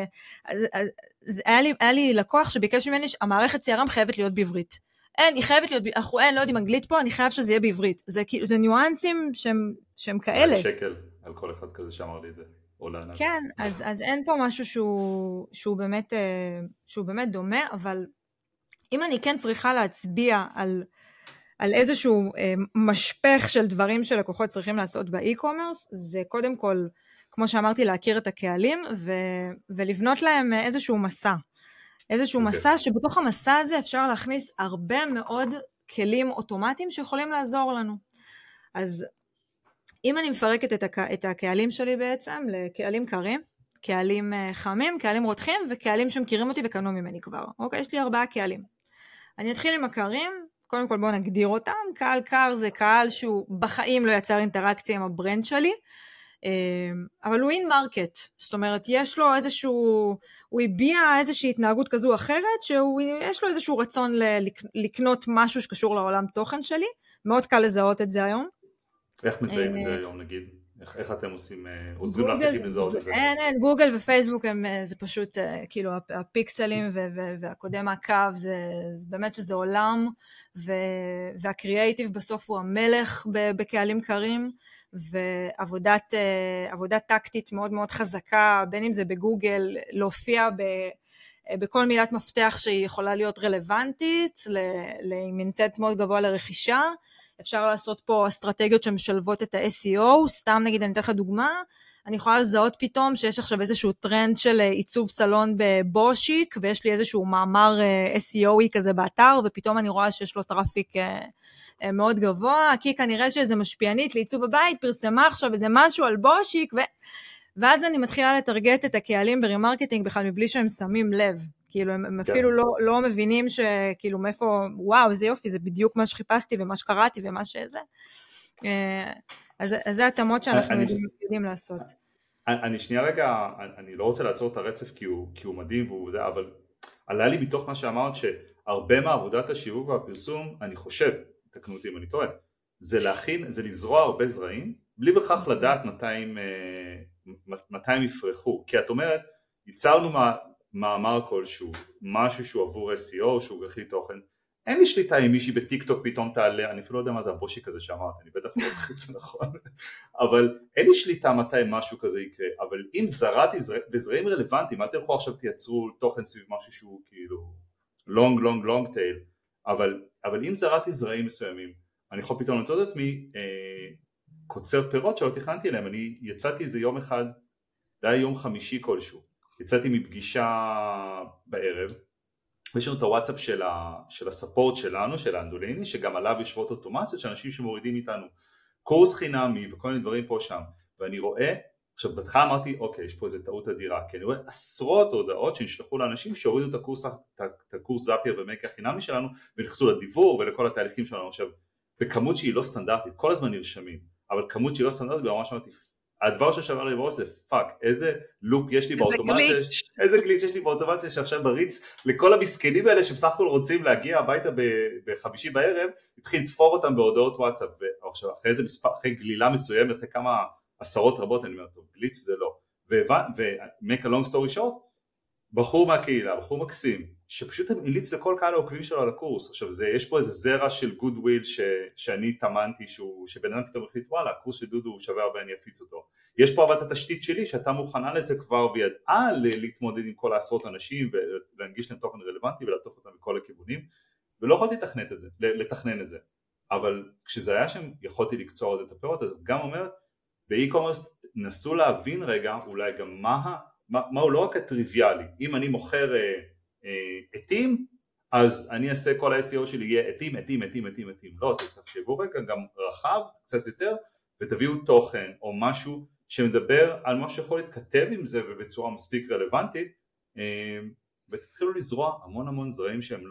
היה לי לקוח שביקש ממני, המערכת CRM חייבת להיות בעברית. היא חייבת להיות, אנחנו לא יודעים אנגלית פה, אני חייב שזה יהיה בעברית. זה ניואנסים שהם כאלה. שקל על כל אחד כזה שאמר לי את זה. כן, אז אין פה משהו שהוא באמת דומה, אבל אם אני כן צריכה להצביע על איזשהו משפך של דברים שלקוחות צריכים לעשות באי-קומרס, זה קודם כל, כמו שאמרתי, להכיר את הקהלים, ולבנות להם איזשהו מסע. איזשהו מסע שבתוך המסע הזה אפשר להכניס הרבה מאוד כלים אוטומטיים שיכולים לעזור לנו. אז אם אני מפרקת את הקהלים שלי בעצם לקהלים קרים, קהלים חמים, קהלים רותחים, וקהלים שמכירים אותי וקנו ממני כבר. אוקיי, יש לי 4 קהלים. אני אתחיל עם הקרים, קודם כל בואו נגדיר אותם. קהל קר זה קהל שהוא בחיים לא יצר אינטראקציה עם הברנד שלי, אבל הוא אין מרקט, זאת אומרת, יש לו איזשהו, הוא הביע איזושהי התנהגות כזו או אחרת, שיש לו איזשהו רצון לקנות משהו שקשור לעולם תוכן שלי, מאוד קל לזהות את זה היום. איך מזהים את זה היום נגיד? איך אתם עוזרים לעסקים לזהות את זה? אין, גוגל ופייסבוק זה פשוט כאילו הפיקסלים והקודם מעקב, זה באמת שזה עולם, והקריאייטיב בסוף הוא המלך בקהלים קרים, ועבודת טקטית מאוד מאוד חזקה, בין אם זה בגוגל, להופיע בכל מילת מפתח שהיא יכולה להיות רלוונטית, עם אינטנט מאוד גבוה לרכישה, אפשר לעשות פה אסטרטגיות שמשלבות את ה-SEO, סתם נגיד אני אתן לך דוגמה, אני יכולה לזהות פתאום שיש עכשיו איזשהו טרנד של עיצוב סלון בבושיק, ויש לי איזשהו מאמר SEO כזה באתר, ופתאום אני רואה שיש לו טראפיק מאוד גבוה, כי כנראה שזה משפיענית לעיצוב הבית, פרסמה עכשיו איזה משהו על בושיק, ואז אני מתחילה לטרגט את הקהלים ברימרקטינג בכלל מבלי שהם שמים לב, כאילו הם אפילו לא מבינים שכאילו מאיפה, וואו, איזה יופי, זה בדיוק מה שחיפשתי ומה שקראתי ומה שזה. אז זה התאמות שאנחנו יודעים לעשות. אני שנייה רגע, אני לא רוצה לעצור את הרצף כי הוא מדהים והוא זה, אבל עלה לי מתוך מה שאמרת שהרבה מעבודת השיווק והפרסום, אני חושב, תקנו אותי אם אני טועה, זה להכין, זה לזרוע הרבה זרעים, בלי בכך לדעת מתי הם יפרחו, כי את אומרת, ייצרנו מאמר כלשהו, משהו שהוא עבור SEO, שהוא רכיב תוכן, אין לי שליטה אם מישהי בטיק טוק פתאום תעלה, אני אפילו לא יודע מה זה הבושיק הזה שאמרת, אני בטח לא יודע את זה נכון, אבל אין לי שליטה מתי משהו כזה יקרה, אבל אם זרעתי וזרעים רלוונטיים, אל תלכו עכשיו תייצרו תוכן סביב משהו שהוא כאילו long tail, אבל אם זרעתי זרעים מסוימים, אני יכול פתאום למצוא את עצמי קוצר פירות שלא תכננתי אליהם, אני יצאתי את זה יום אחד, זה היה יום חמישי כלשהו, יצאתי מפגישה בערב, ויש לנו את הוואטסאפ של הספורט שלנו, של האנדוליני, שגם עליו יושבות אוטומציות, שאנשים שמורידים איתנו קורס חינמי וכל מיני דברים פה שם, ואני רואה, עכשיו בהתחלה אמרתי, אוקיי, יש פה איזו טעות אדירה, כי אני רואה עשרות הודעות שנשלחו לאנשים שהורידו את הקורס זאפייר ומקה החינמי שלנו, ונכנסו לדיבור ולכל התהליכים שלנו. עכשיו, בכמות שהיא לא סטנדרטית, כל הזמן נרשמים, אבל כמות שהיא לא סטנדרטית, ממש אמרתי, הדבר ששבר לי בראש זה פאק, איזה לופ יש לי באוטומציה, איזה גליץ' יש לי באוטומציה שעכשיו בריץ לכל המסכנים האלה שבסך הכל רוצים להגיע הביתה בחמישי בערב, התחיל לתפור אותם בהודעות וואטסאפ, ועכשיו אחרי איזה מספר, אחרי גלילה מסוימת, אחרי כמה עשרות רבות, אני אומר, טוב, גליץ' זה לא, ו-make a long story short, בחור מהקהילה, בחור מקסים, שפשוט המליץ לכל קהל העוקבים שלו על הקורס. עכשיו יש פה איזה זרע של גוד וויל שאני תמנתי, שבן אדם פתאום החליט, וואלה, הקורס של דודו הוא שווה הרבה, אני אפיץ אותו. יש פה עבודת התשתית שלי שהייתה מוכנה לזה כבר, וידעה להתמודד עם כל העשרות אנשים, ולהנגיש להם תוכן רלוונטי, ולעטוף אותם מכל הכיוונים, ולא יכולתי לתכנן את זה. אבל כשזה היה שם, יכולתי לקצור את הפירות, אז גם אומרת, באי-קומרס נסו להבין רגע, אולי גם מה הוא לא רק הטריוויאלי. אם אני מוכר עתים, אז אני אעשה כל ה-SEO שלי יהיה עתים. לא, תחשבו רגע גם רחב קצת יותר, ותביאו תוכן או משהו שמדבר על מה שיכול להתכתב עם זה ובצורה מספיק רלוונטית, ותתחילו לזרוע המון זרעים שהם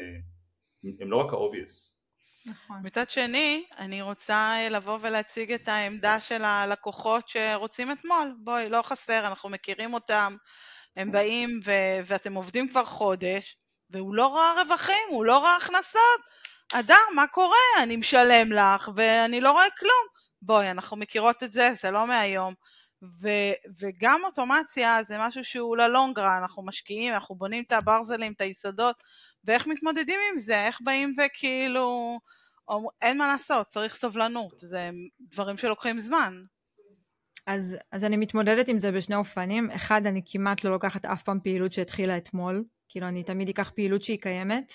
לא רק ה-obvious. נכון. מצד שני, אני רוצה לבוא ולהציג את העמדה של הלקוחות שרוצים אתמול. בואי, לא חסר, אנחנו מכירים אותם, הם באים ואתם עובדים כבר חודש, והוא לא ראה רווחים, הוא לא ראה הכנסות, אדר, מה קורה? אני משלם לך, ואני לא רואה כלום. בואי, אנחנו מכירות את זה, זה לא מהיום. וגם אוטומציה זה משהו שהוא ללונגרה, אנחנו משקיעים, אנחנו בונים את הברזלים, את היסודות, ואיך מתמודדים עם זה, איך באים וכאילו, אין מה לעשות, צריך סובלנות, זה דברים שלוקחים זמן. אז אני מתמודדת עם זה בשני אופנים. אחד, אני כמעט לא לוקחת אף פעם פעילות שהתחילה אתמול, כאילו אני תמיד אקח פעילות שהיא קיימת,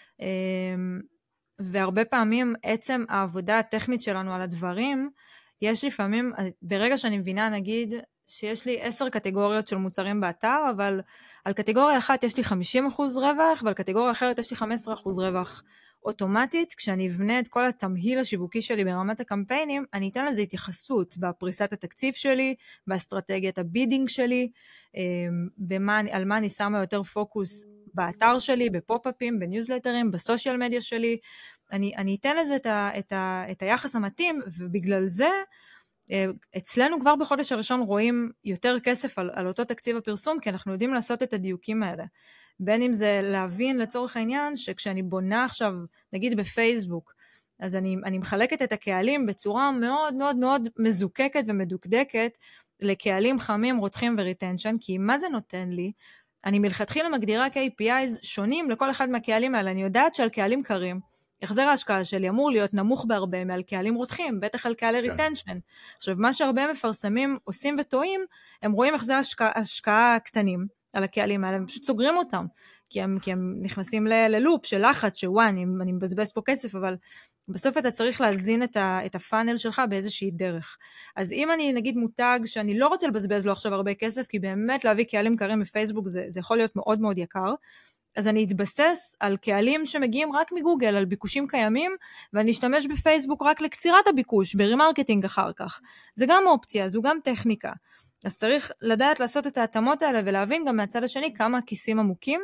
והרבה פעמים עצם העבודה הטכנית שלנו על הדברים, יש לפעמים, ברגע שאני מבינה נגיד, שיש לי 10 קטגוריות של מוצרים באתר, אבל על קטגוריה אחת יש לי 50% רווח, ועל קטגוריה אחרת יש לי 15% רווח. אוטומטית, כשאני אבנה את כל התמהיל השיווקי שלי ברמת הקמפיינים, אני אתן לזה התייחסות בפריסת התקציב שלי, באסטרטגיית הבידינג שלי, על מה אני שמה יותר פוקוס באתר שלי, בפופ-אפים, בניוזלטרים, בסושיאל מדיה שלי. אני אתן לזה את היחס המתאים, ובגלל זה, אצלנו כבר בחודש הראשון רואים יותר כסף על אותו תקציב הפרסום, כי אנחנו יודעים לעשות את הדיוקים האלה. בין אם זה להבין לצורך העניין, שכשאני בונה עכשיו, נגיד בפייסבוק, אז אני מחלקת את הקהלים בצורה מאוד מאוד מאוד מזוקקת ומדוקדקת, לקהלים חמים, רותחים וריטנשן, כי מה זה נותן לי? אני מלכתחילה מגדירה KPIs שונים לכל אחד מהקהלים האלה, אני יודעת שעל קהלים קרים, החזר ההשקעה שלי אמור להיות נמוך בהרבה מעל קהלים רותחים, בטח על קהלי ריטנשן. עכשיו, מה שהרבה מפרסמים עושים וטועים, הם רואים החזר השקעה קטנים על הקהלים האלה, הם פשוט סוגרים אותם, כי הם נכנסים ללופ של לחץ, שוואי, אני מבזבז פה כסף, אבל בסוף אתה צריך להזין את הפאנל שלך באיזושהי דרך. אז אם אני נגיד מותג שאני לא רוצה לבזבז לו עכשיו הרבה כסף, כי באמת להביא קהלים קרים בפייסבוק זה יכול להיות מאוד מאוד יקר, אז אני אתבסס על קהלים שמגיעים רק מגוגל, על ביקושים קיימים, ואני אשתמש בפייסבוק רק לקצירת הביקוש, ברימרקטינג אחר כך. זה גם אופציה, זו גם טכניקה. אז צריך לדעת לעשות את ההתאמות האלה, ולהבין גם מהצד השני כמה כיסים עמוקים,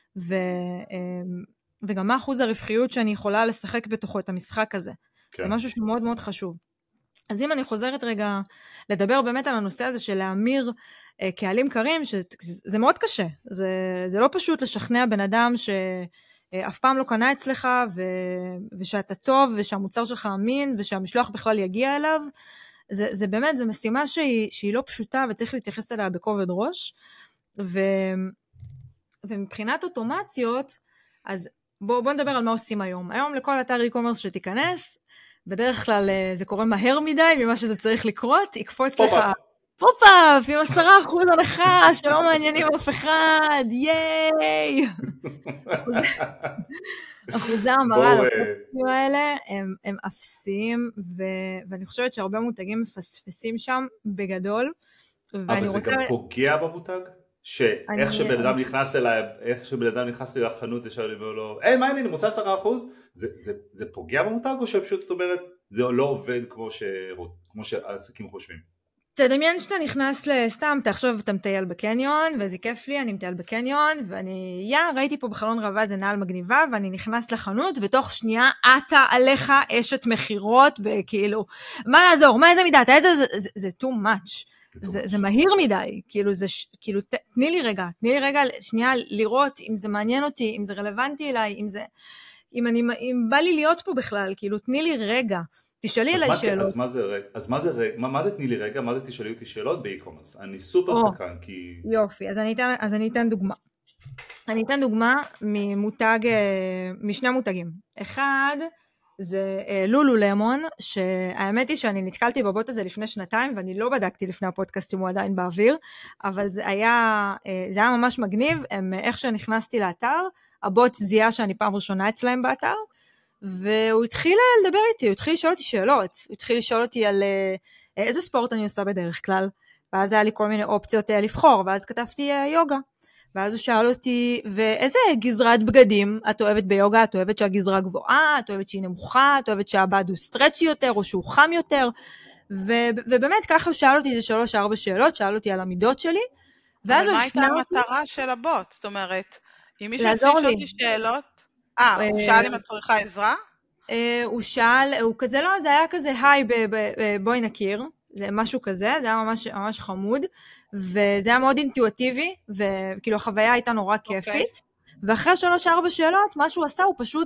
וגם מה אחוז הרווחיות שאני יכולה לשחק בתוכו את המשחק הזה. כן. זה משהו שהוא מאוד מאוד חשוב. אז אם אני חוזרת רגע לדבר באמת על הנושא הזה של להמיר קהלים קרים, שזה מאוד קשה, זה לא פשוט לשכנע בן אדם שאף פעם לא קנה אצלך, ושאתה טוב, ושהמוצר שלך אמין, ושהמשלוח בכלל יגיע אליו, זה באמת, זה משימה שהיא לא פשוטה, וצריך להתייחס אליה בכובד ראש, ומבחינת אוטומציות, אז בוא נדבר על מה עושים היום. היום לכל אתר e-commerce שתיכנס, בדרך כלל זה קורה מהר מדי, ממה שזה צריך לקרות, יקפוץ לך פופ-אפ עם 10% הנחה, שלא מעניינים אף אחד, ייי! אחוזי המרה לפופים האלה הם אפסיים, ואני חושבת שהרבה מותגים מפספסים שם בגדול. אבל זה גם פוגע במותג? שאיך שבן אדם נכנס אליי, איך שבן אדם נכנס לי לחנות, ישר לי ואומר לו, היי, מה אני רוצה 10%? זה פוגע במותג, או שפשוט את אומרת, זה לא עובד כמו שהעסקים חושבים? תדמיין שאתה נכנס לסתם, תחשוב, אתה מטייל בקניון, וזה כיף לי, אני מטייל בקניון, ואני, ראיתי פה בחלון רבה איזה נעל מגניבה, ואני נכנס לחנות, ותוך שנייה, אתה עליך אשת מחירות, וכאילו, מה לעזור, מה איזה מידה, זה too much. זה מהיר מדי, כאילו, תני לי רגע שנייה לראות אם זה מעניין אותי, אם זה רלוונטי אליי, אם בא לי להיות פה בכלל, כאילו, תני לי רגע, תשאלי אליי שאלות. אז מה זה תני לי רגע, מה זה תשאלי אותי שאלות באי-קומרס? אני סופר סקרן, כי... יופי, אז אני אתן דוגמה. אני אתן דוגמה משני מותגים. אחד, זה לולו למון, שהאמת היא שאני נתקלתי בבוט הזה לפני 2 ואני לא בדקתי לפני הפודקאסט אם הוא עדיין באוויר, אבל זה היה ממש מגניב, איך שנכנסתי לאתר, הבוט זיהה שאני פעם ראשונה אצלהם באתר, והוא התחיל לדבר איתי, הוא התחיל לשאול אותי שאלות, הוא התחיל לשאול אותי על איזה ספורט אני עושה בדרך כלל, ואז היה לי כל מיני אופציות לבחור, ואז כתבתי יוגה, ואז הוא שאל אותי, ואיזה גזרת בגדים את אוהבת ביוגה? את אוהבת שהגזרה גבוהה? את אוהבת שהיא נמוכה? את אוהבת שהבד הוא סטרצ'י יותר או שהוא חם יותר? ובאמת ככה הוא שאל אותי איזה 3-4 שאלות, שאל אותי על המידות שלי, ואז הוא הפנה אותי... אבל מה הייתה המטרה של הבוט? זאת אומרת, אם מישהו התחיל אותי שאלות, הוא שאל אם את צריכה עזרה? הוא שאל, הוא כזה לא, זה היה כזה, היי, בואי נכיר, זה משהו כזה, זה היה ממש חמוד, וזה היה מאוד אינטואיטיבי, וכאילו החוויה הייתה נורא כיפית, ואחרי 3-4 שאלות, מה שהוא עשה, הוא פשוט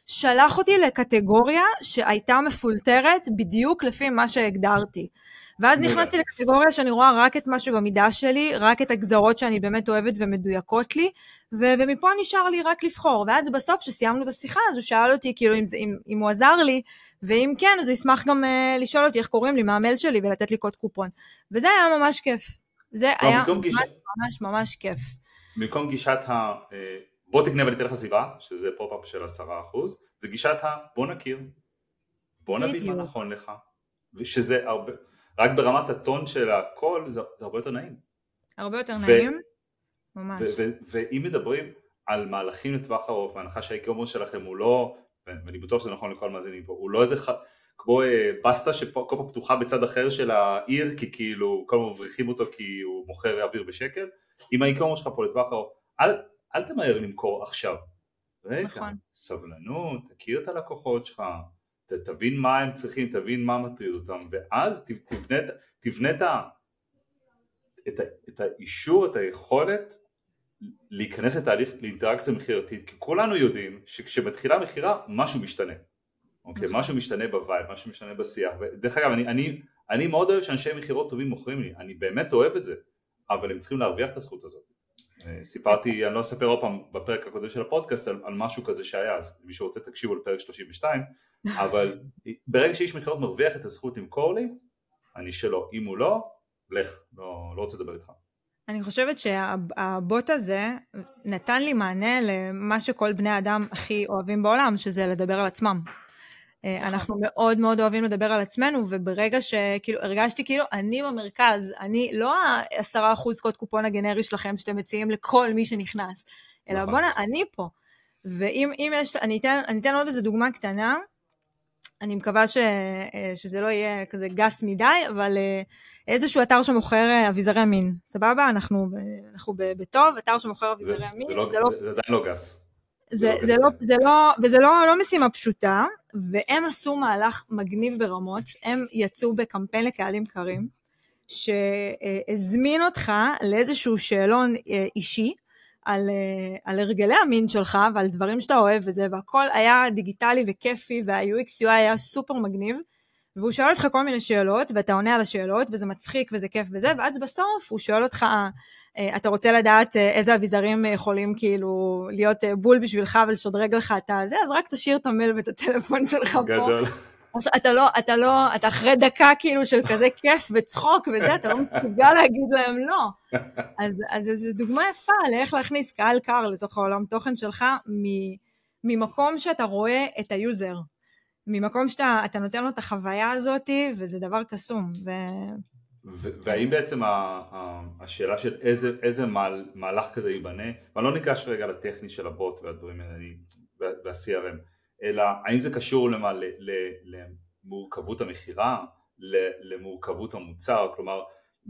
שלח אותי לקטגוריה שהייתה מפולטרת בדיוק לפי מה שהגדרתי. ואז נכנסתי לקטגוריה שאני רואה רק את מה שבמידה שלי, רק את הגזרות שאני באמת אוהבת ומדויקות לי, ומפה נשאר לי רק לבחור. ואז בסוף שסיימנו את השיחה, אז הוא שאל אותי כאילו אם הוא עזר לי, ואם כן, אז הוא ישמח גם לשאול אותי איך קוראים לי, מה המייל שלי, ולתת לי קוד קופון. וזה היה ממש כיף. זה היה ממש ממש כיף. במקום גישת בוא תקנה וניתן לך סיבה, שזה פופ-אפ של 10%, זה גישת בוא נכיר, בוא נבין מה נכון לך, ושזה הרבה, רק ברמת הטון של הכל, זה הרבה יותר נעים. הרבה יותר נעים, ממש. ואם מדברים על מהלכים לטווח ארוך, וההנחה שהאי-קומרס שלכם הוא לא, ואני בטוח שזה נכון לכל מאזינים פה, הוא לא איזה כמו בסטה שכל פעם פתוחה בצד אחר של העיר, כי כאילו כל פעם מבריחים אותו כי הוא מוכר אוויר בשקל. אם האי-קומרס שלך פה לטווח ארוך, אל תמהר למכור עכשיו. רגע, נכון. סבלנות, תכיר את הלקוחות שלך, תבין מה הם צריכים, תבין מה מטריד אותם, ואז תבנה את האישור, את היכולת להיכנס לתהליך, לאינטראקציה מחירתית, כי כולנו יודעים שכשמתחילה מחירה, משהו משתנה. אוקיי, משהו משתנה בווייב, משהו משתנה בשיח, ודרך אגב, אני מאוד אוהב שאנשי מחירות טובים מוכרים לי, אני באמת אוהב את זה, אבל הם צריכים להרוויח את הזכות הזאת. סיפרתי, אני לא אספר עוד פעם בפרק הקודם של הפודקאסט על משהו כזה שהיה, אז מי שרוצה תקשיבו לפרק 32, אבל ברגע שאיש מחירות מרוויח את הזכות למכור לי, אני שלו, אם הוא לא, לך, לא רוצה לדבר איתך. אני חושבת שהבוט הזה נתן לי מענה למה שכל בני האדם הכי אוהבים בעולם, שזה לדבר על עצמם. אנחנו מאוד מאוד אוהבים לדבר על עצמנו, וברגע שכאילו הרגשתי כאילו אני במרכז, אני לא 10% קוד קופון הגנרי שלכם שאתם מציעים לכל מי שנכנס, אלא בוא'נה, אני פה. ואם יש, אני אתן עוד איזו דוגמה קטנה, אני מקווה שזה לא יהיה כזה גס מדי, אבל איזשהו אתר שמוכר אביזרי מין, סבבה? אנחנו בטוב, אתר שמוכר אביזרי מין. זה עדיין לא גס. וזה לא משימה פשוטה, והם עשו מהלך מגניב ברמות, הם יצאו בקמפיין לקהלים קרים, שהזמין אותך לאיזשהו שאלון אישי, על הרגלי המין שלך, ועל דברים שאתה אוהב וזה, והכל היה דיגיטלי וכיפי, וה-UX UI היה סופר מגניב, והוא שואל אותך כל מיני שאלות, ואתה עונה על השאלות, וזה מצחיק וזה כיף וזה, ואז בסוף הוא שואל אותך, אתה רוצה לדעת איזה אביזרים יכולים כאילו להיות בול בשבילך ולשדרג לך את זה, אז רק תשאיר את המייל ואת הטלפון שלך פה. גדול. אתה אחרי דקה כאילו של כזה כיף וצחוק וזה, אתה לא מסוגל להגיד להם לא. אז זו דוגמה יפה לאיך להכניס קהל קר לתוך העולם תוכן שלך, ממקום שאתה רואה את היוזר, ממקום שאתה נותן לו את החוויה הזאת, וזה דבר קסום. והאם בעצם השאלה של איזה מהלך כזה ייבנה, ואני לא ניגש רגע לטכני של הבוט והדברים האלה וה-CRM, אלא האם זה קשור למורכבות המחירה, למורכבות המוצר, כלומר,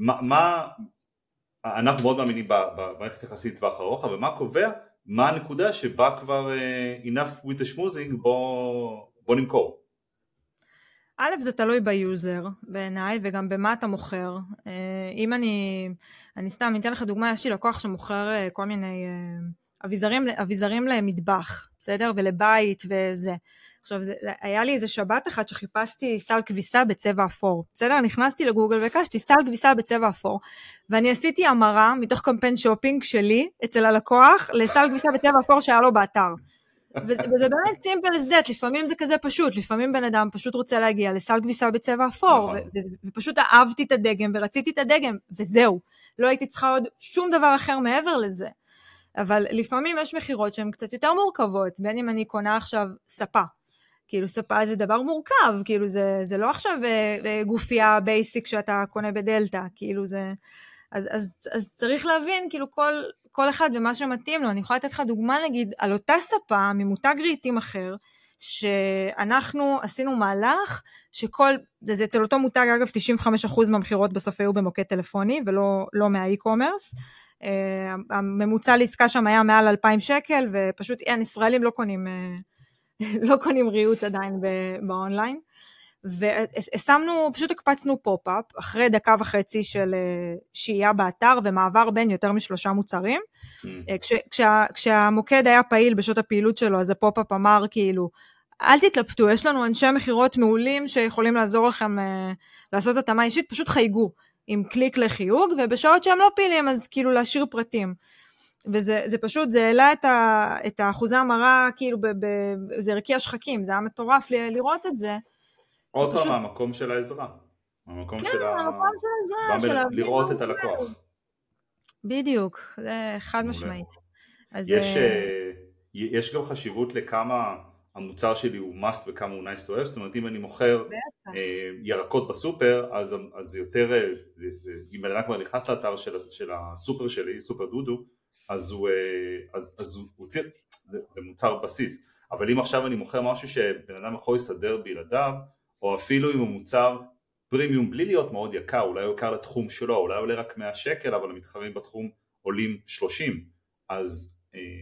אנחנו מאוד מאמינים במערכת יחסית טווח ארוך, אבל מה קובע, מה הנקודה שבה כבר enough with the schmoozing, בוא נמכור. א', זה תלוי ביוזר בעיניי, וגם במה אתה מוכר. אם אני סתם, אני אתן לך דוגמה, יש לי לקוח שמוכר כל מיני אביזרים למטבח, בסדר? ולבית וזה. עכשיו, היה לי איזה שבת אחת שחיפשתי סל כביסה בצבע אפור, בסדר? נכנסתי לגוגל וקשתי סל כביסה בצבע אפור, ואני עשיתי המרה מתוך קמפיין שופינג שלי אצל הלקוח לסל כביסה בצבע אפור שהיה לו באתר. וזה באמת סימפל הסדט, לפעמים זה כזה פשוט, לפעמים בן אדם פשוט רוצה להגיע לסל כביסה בצבע אפור, ופשוט אהבתי את הדגם ורציתי את הדגם, וזהו, לא הייתי צריכה עוד שום דבר אחר מעבר לזה. אבל לפעמים יש מחירות שהן קצת יותר מורכבות, בין אם אני קונה עכשיו ספה, כאילו ספה זה דבר מורכב, כאילו זה לא עכשיו גופייה בייסיק שאתה קונה בדלטה, כאילו זה, אז צריך להבין כאילו כל אחד ומה שמתאים לו. אני יכולה לתת לך דוגמה נגיד על אותה ספה ממותג רהיטים אחר, שאנחנו עשינו מהלך זה אצל אותו מותג אגב 95% מהמחירות בסוף היו במוקד טלפוני ולא מהאי-קומרס, הממוצע לעסקה שם היה מעל 2,000 שקל, ופשוט ישראלים לא קונים ריהוט עדיין באונליין, ושמנו, פשוט הקפצנו פופ-אפ, אחרי 1.5 דקות של שהייה באתר, ומעבר בין יותר מ3 מוצרים, כשהמוקד היה פעיל בשעות הפעילות שלו, אז הפופ-אפ אמר כאילו, אל תתלבטו, יש לנו אנשי מחירות מעולים, שיכולים לעזור לכם לעשות התאמה אישית, פשוט חייגו עם קליק לחיוג, ובשעות שהם לא פעילים, אז כאילו להשאיר פרטים. וזה פשוט, זה העלה את האחוזי המרה, כאילו, זה הרקיע שחקים, זה היה מטורף לראות את זה. עוד פעם, המקום של העזרה. המקום של העזרה, לראות את הלקוח. בדיוק, זה חד משמעית. יש גם חשיבות לכמה המוצר שלי הוא must וכמה הוא nice to have, זאת אומרת, אם אני מוכר ירקות בסופר, אז יותר, אם בן אדם כבר נכנס לאתר של הסופר שלי, סופר דודו, אז הוא צריך, זה מוצר בסיס. אבל אם עכשיו אני מוכר משהו שבן אדם יכול להסתדר בלעדיו, או אפילו אם הוא מוצר פרימיום בלי להיות מאוד יקר, אולי הוא יקר לתחום שלו, אולי עולה רק 100 שקל, אבל המתחרים בתחום עולים 30. אז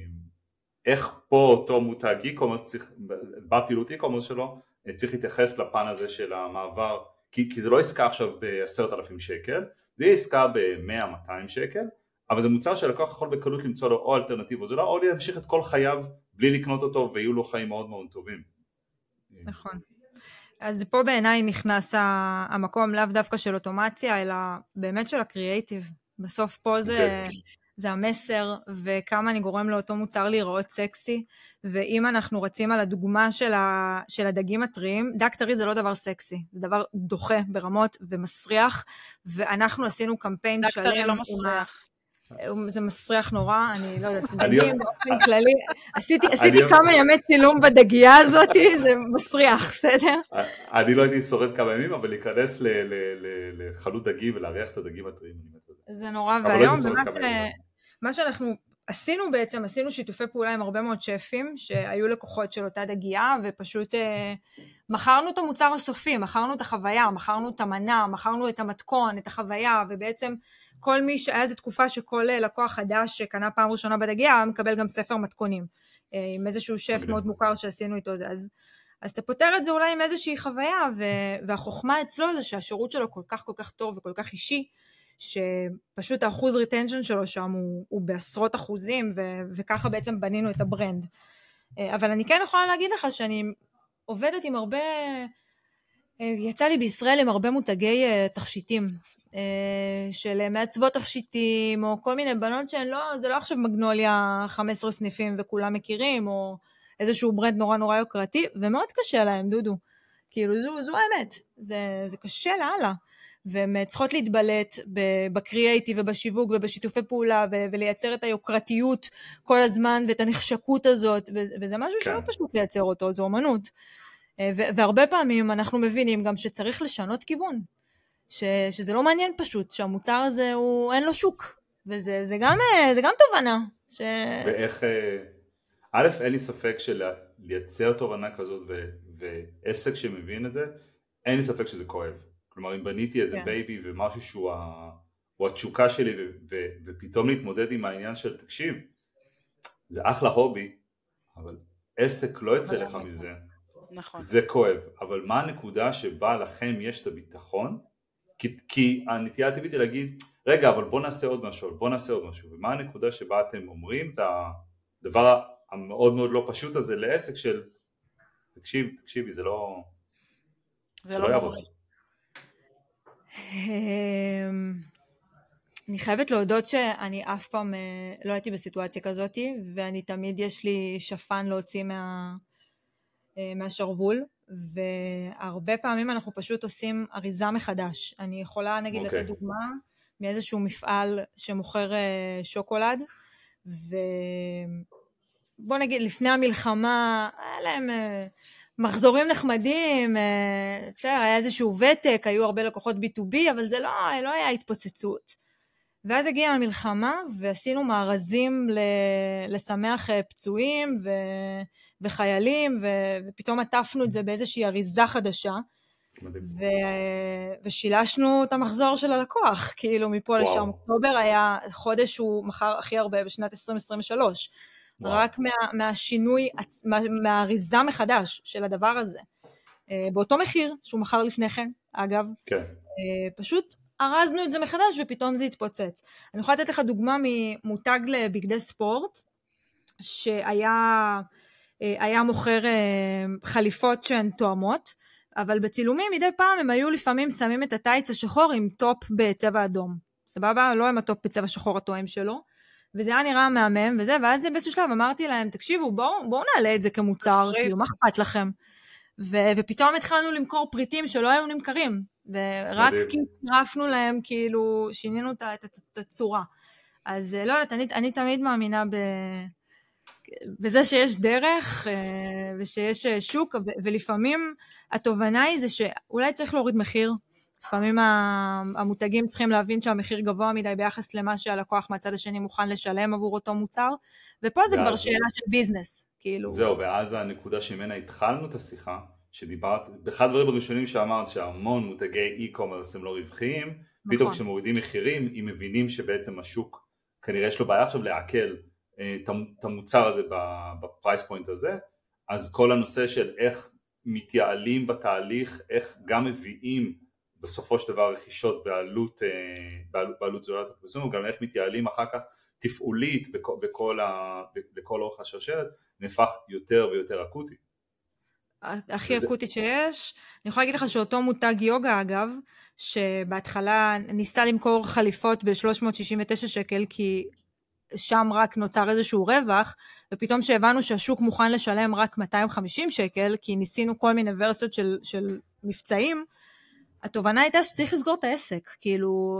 איך פה אותו מותג e-commerce, בפעילות e-commerce שלו, צריך להתייחס לפן הזה של המעבר, כי זה לא עסקה עכשיו ב10,000 שקל, זה יהיה עסקה ב100-200 שקל, אבל זה מוצר שלקוח יכול בקלות למצוא לו או אלטרנטיב, זה לא או להמשיך את כל חייו בלי לקנות אותו, ויהיו לו חיים מאוד מאוד טובים. נכון. אז פה בעיניי נכנס המקום לאו דווקא של אוטומציה, אלא באמת של הקריאייטיב. בסוף פה זה המסר, וכמה אני גורם לאותו מוצר להיראות סקסי, ואם אנחנו רצים על הדוגמה של הדגים הטריים, דג טרי זה לא דבר סקסי, זה דבר דוחה ברמות ומסריח, ואנחנו עשינו קמפיין שלם. דג טרי לא מסריח. זה מסריח נורא, אני לא יודעת, דגים באופן כללי, עשיתי כמה ימי צילום בדגייה הזאת, זה מסריח, בסדר? אני לא הייתי שורד כמה ימים, אבל להיכנס לחנות דגים ולהריח את הדגים הטריים. זה נורא, והיום מה שאנחנו עשינו בעצם, עשינו שיתופי פעולה עם הרבה מאוד שפים, שהיו לקוחות של אותה דגייה, ופשוט מכרנו את המוצר הסופי, מכרנו את החוויה, מכרנו את המנה, מכרנו את המתכון, את החוויה, ובעצם כל מי שהיה איזו תקופה שכל לקוח חדש שקנה פעם ראשונה בדגייה, מקבל גם ספר מתכונים, עם איזשהו שף מאוד מוכר שעשינו איתו זה, אז אתה פותר את זה אולי עם איזושהי חוויה, והחוכמה אצלו זה שהשירות שלו כל כך טוב וכל כך אישי, שפשוט האחוז ריטנשן שלו שם הוא בעשרות אחוזים, וככה בעצם בנינו את הברנד. אבל אני כן יכולה להגיד לך שאני עובדת עם הרבה, יצא לי בישראל עם הרבה מותגי תכשיטים, של מעצבות תכשיטים, או כל מיני בנות שהן לא, זה לא עכשיו מגנוליה 15 סניפים וכולם מכירים, או איזשהו ברנד נורא יוקרתי, ומאוד קשה להם, דודו. כאילו זו האמת, זה קשה להלאה. והן צריכות להתבלט בקריאייטיב ובשיווק ובשיתופי פעולה ולייצר את היוקרתיות כל הזמן ואת הנחשקות הזאת, וזה משהו שלא פשוט לייצר אותו, זו אומנות. והרבה פעמים אנחנו מבינים גם שצריך לשנות כיוון, שזה לא מעניין פשוט, שהמוצר הזה אין לו שוק, וזה גם תובנה. ואיך, א', אין לי ספק שלייצר תובנה כזאת ועסק שמבין את זה, אין לי ספק שזה כואב. כלומר, אם בניתי איזה בייבי ומשהו שהוא התשוקה שלי, ופתאום להתמודד עם העניין של תקשיב, זה אחלה הובי, אבל עסק לא יצא לך מזה, זה כואב. אבל מה הנקודה שבה לכם יש את הביטחון? כי הנטייה הטבעית היא להגיד, רגע, אבל בוא נעשה עוד משהו, ומה הנקודה שבה אתם אומרים את הדבר המאוד מאוד לא פשוט הזה לעסק של, תקשיבי, זה לא יעבוד. אני חייבת להודות שאני אף פעם לא הייתי בסיטואציה כזאת, ואני תמיד יש לי שפן להוציא מהשרוול, והרבה פעמים אנחנו פשוט עושים אריזה מחדש. אני יכולה נגיד לתת דוגמה מאיזשהו מפעל שמוכר שוקולד, ובוא נגיד לפני המלחמה היה להם מחזורים נחמדים, היה איזשהו ותק, היו הרבה לקוחות B2B, אבל זה לא היה התפוצצות. ואז הגיעה המלחמה, ועשינו מארזים לשמח פצועים וחיילים, ופתאום עטפנו את זה באיזושהי אריזה חדשה, ושילשנו את המחזור של הלקוח, כאילו מפה לשם. אוקטובר היה חודש שהוא מכר הכי הרבה בשנת 2023, רק מהשינוי, מהאריזה מחדש של הדבר הזה. באותו מחיר שהוא מכר לפני כן, אגב. כן. פשוט ארזנו את זה מחדש ופתאום זה התפוצץ. אני יכולה לתת לך דוגמה ממותג לבגדי ספורט, שהיה מוכר חליפות שהן תואמות, אבל בצילומים מדי פעם הם היו לפעמים שמים את הטייץ השחור עם טופ בצבע אדום. סבבה? לא עם הטופ בצבע שחור התואם שלו. וזה היה נראה מהמם וזה, ואז באיזשהו שלב אמרתי להם, תקשיבו, בואו נעלה את זה כמוצר, כאילו, מה אכפת לכם? ופתאום התחלנו למכור פריטים שלא היו נמכרים, ורק כי צירפנו להם, כאילו, שינינו את הצורה. אז לא יודעת, אני תמיד מאמינה בזה שיש דרך, ושיש שוק, ולפעמים התובנה היא זה שאולי צריך להוריד מחיר, לפעמים המותגים צריכים להבין שהמחיר גבוה מדי ביחס למה שהלקוח מהצד השני מוכן לשלם עבור אותו מוצר, ופה זה כבר שאלה של ביזנס, כאילו. זהו, ואז הנקודה שממנה התחלנו את השיחה, שדיברת, באחד הדברים הראשונים שאמרת שהמון מותגי e-commerce הם לא רווחיים, פתאום כשמורידים מחירים, אם מבינים שבעצם השוק כנראה יש לו בעיה עכשיו לעכל את המוצר הזה בפרייס פוינט הזה, אז כל הנושא של איך מתייעלים בתהליך, איך גם מביאים בסופו של דבר רכישות בעלות זולת הפרסום, וגם איך מתייעלים אחר כך תפעולית בכל אורך השרשרת, נהפך יותר ויותר אקוטי. הכי אקוטית שיש. אני יכולה להגיד לך שאותו מותג יוגה אגב, שבהתחלה ניסה למכור חליפות ב-369 שקל, כי שם רק נוצר איזשהו רווח, ופתאום שהבנו שהשוק מוכן לשלם רק 250 שקל, כי ניסינו כל מיני ורסיות של מבצעים, התובנה הייתה שצריך לסגור את העסק, כאילו,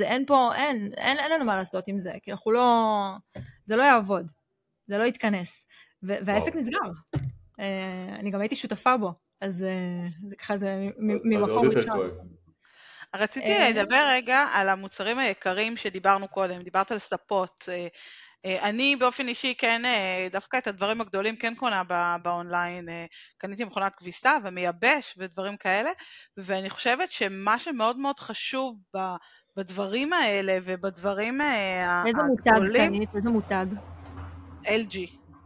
אין לנו מה לעשות עם זה, כי אנחנו לא, זה לא יעבוד, זה לא יתכנס, והעסק נסגר. אני גם הייתי שותפה בו, אז זה ככה, זה ממקום ראשון. רציתי לדבר רגע על המוצרים היקרים שדיברנו קודם, דיברת על ספות, אני באופן אישי כן, דווקא את הדברים הגדולים כן קונה באונליין, קניתי מכונת כביסה ומייבש ודברים כאלה, ואני חושבת שמה שמאוד מאוד חשוב בדברים האלה ובדברים הגדולים... איזה מותג קנית? איזה מותג? LG.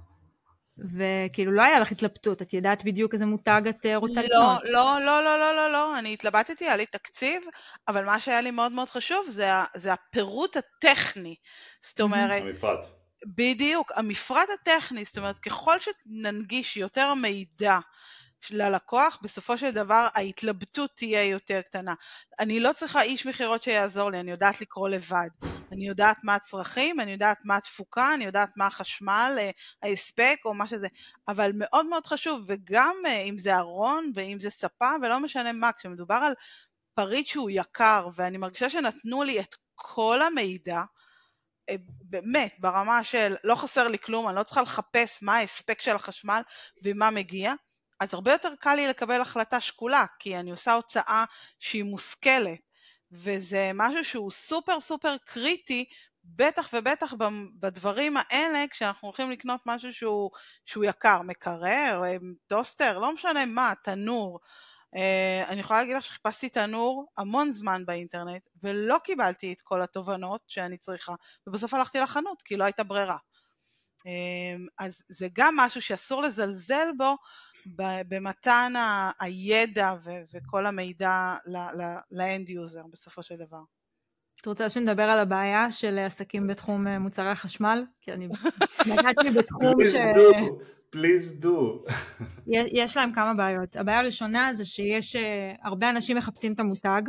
וכאילו לא היה לך התלבטות, את ידעת בדיוק איזה מותג את רוצה לקנות? לא, אני התלבטתי, היה לי תקציב, אבל מה שהיה לי מאוד מאוד חשוב זה הפירוט הטכני, זאת אומרת, המפרט. בדיוק, המפרט הטכני, זאת אומרת, ככל שננגיש יותר מידע ללקוח, בסופו של דבר ההתלבטות תהיה יותר קטנה. אני לא צריכה איש מחירות שיעזור לי, אני יודעת לקרוא לבד. אני יודעת מה הצרכים, אני יודעת מה התפוקה, אני יודעת מה החשמל, ההספק או מה שזה. אבל מאוד מאוד חשוב, וגם אם זה ארון ואם זה ספה, ולא משנה מה, כשמדובר על פריט שהוא יקר, ואני מרגישה שנתנו לי את כל המידע, באמת, ברמה של לא חסר לי כלום, אני לא צריכה לחפש מה ההספק של החשמל ומה מגיע, אז הרבה יותר קל לי לקבל החלטה שקולה, כי אני עושה הוצאה שהיא מושכלת, וזה משהו שהוא סופר סופר קריטי, בטח ובטח בדברים האלה, כשאנחנו הולכים לקנות משהו שהוא יקר, מקרר, טוסטר, לא משנה מה, תנור. אני יכולה להגיד לך שחיפשתי תנור המון זמן באינטרנט, ולא קיבלתי את כל התובנות שאני צריכה, ובסוף הלכתי לחנות, כי לא הייתה ברירה. אז זה גם משהו שאסור לזלזל בו במתן הידע וכל המידע לאנד יוזר בסופו של דבר. את רוצה שנדבר על הבעיה של עסקים בתחום מוצרי החשמל? כי אני נגעתי בתחום Please do. יש להם כמה בעיות. הבעיה הראשונה זה שיש הרבה אנשים מחפשים את המותג,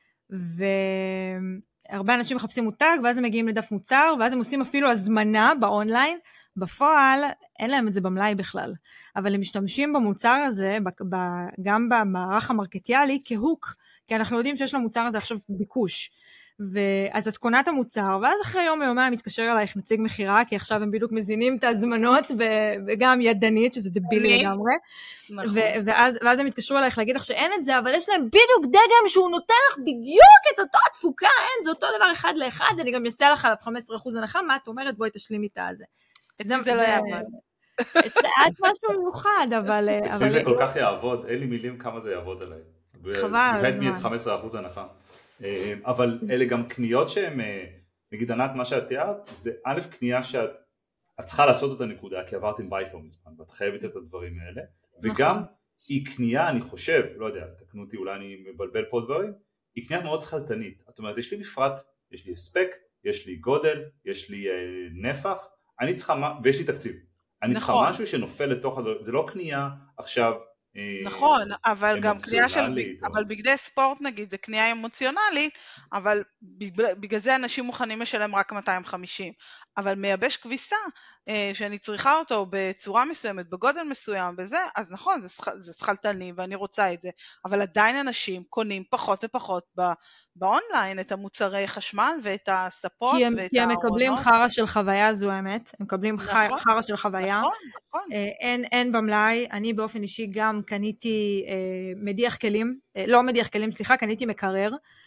והרבה אנשים מחפשים מותג, ואז הם מגיעים לדף מוצר, ואז הם עושים אפילו הזמנה באונליין, בפועל אין להם את זה במלאי בכלל, אבל הם משתמשים במוצר הזה, גם במערך המרקטיאלי, כהוק, כי אנחנו יודעים שיש למוצר הזה עכשיו ביקוש, ואז את קונה את המוצר, ואז אחרי יום ויומיים מתקשר אלייך נציג מחירה, כי עכשיו הם בדיוק מזינים את ההזמנות, וגם ידנית, שזה דבילי לגמרי, ואז הם מתקשרו אלייך להגיד לך שאין את זה, אבל יש להם בדיוק דגם שהוא נותן לך בדיוק את אותו התפוקה, אין, זה אותו דבר אחד לאחד, אני גם אעשה לך עליו 15% הנחה, מה את אומרת? בואי תשלים איתה זה. זה לא יעבוד. את משהו מיוחד, אבל... אצלי זה כל כך יעבוד, אין לי מילים כמה זה יעבוד עליי. חבל. בבית מי את 15% הנחה. אבל אלה גם קניות שהן, נגיד ענת מה שאת תיארת, זה א' קנייה שאת צריכה לעשות אותה נקודה, כי עברת עם בית לא מזמן, ואת חייבת את הדברים האלה, וגם היא קנייה, אני חושב, לא יודע, תקנו אותי, אולי אני מבלבל פה דברים, היא קנייה מאוד שכלתנית. זאת אומרת, יש לי מפרט, יש לי הספק, יש לי גודל, יש לי נפח, אני צריכה, ויש לי תקציב. אני צריכה משהו שנופל לתוך הדבר, זה לא קנייה עכשיו נכון, אבל גם קנייה של, אמוציונלית, אבל בגדי ספורט נגיד, זה קנייה אמוציונלית, אבל בגלל זה אנשים מוכנים לשלם רק 250. אבל מייבש כביסה, שאני צריכה אותו בצורה מסוימת, בגודל מסוים, בזה, אז נכון, זה שכלתני ואני רוצה את זה, אבל עדיין אנשים קונים פחות ופחות באונליין את המוצרי חשמל ואת הספות ואת הארונות. כי הם מקבלים חרה של חוויה, זו האמת, הם מקבלים חרה של חוויה. נכון, נכון. אין במלאי, אני באופן אישי גם קניתי מדיח כלים, לא מדיח כלים, סליחה, קניתי מקרר,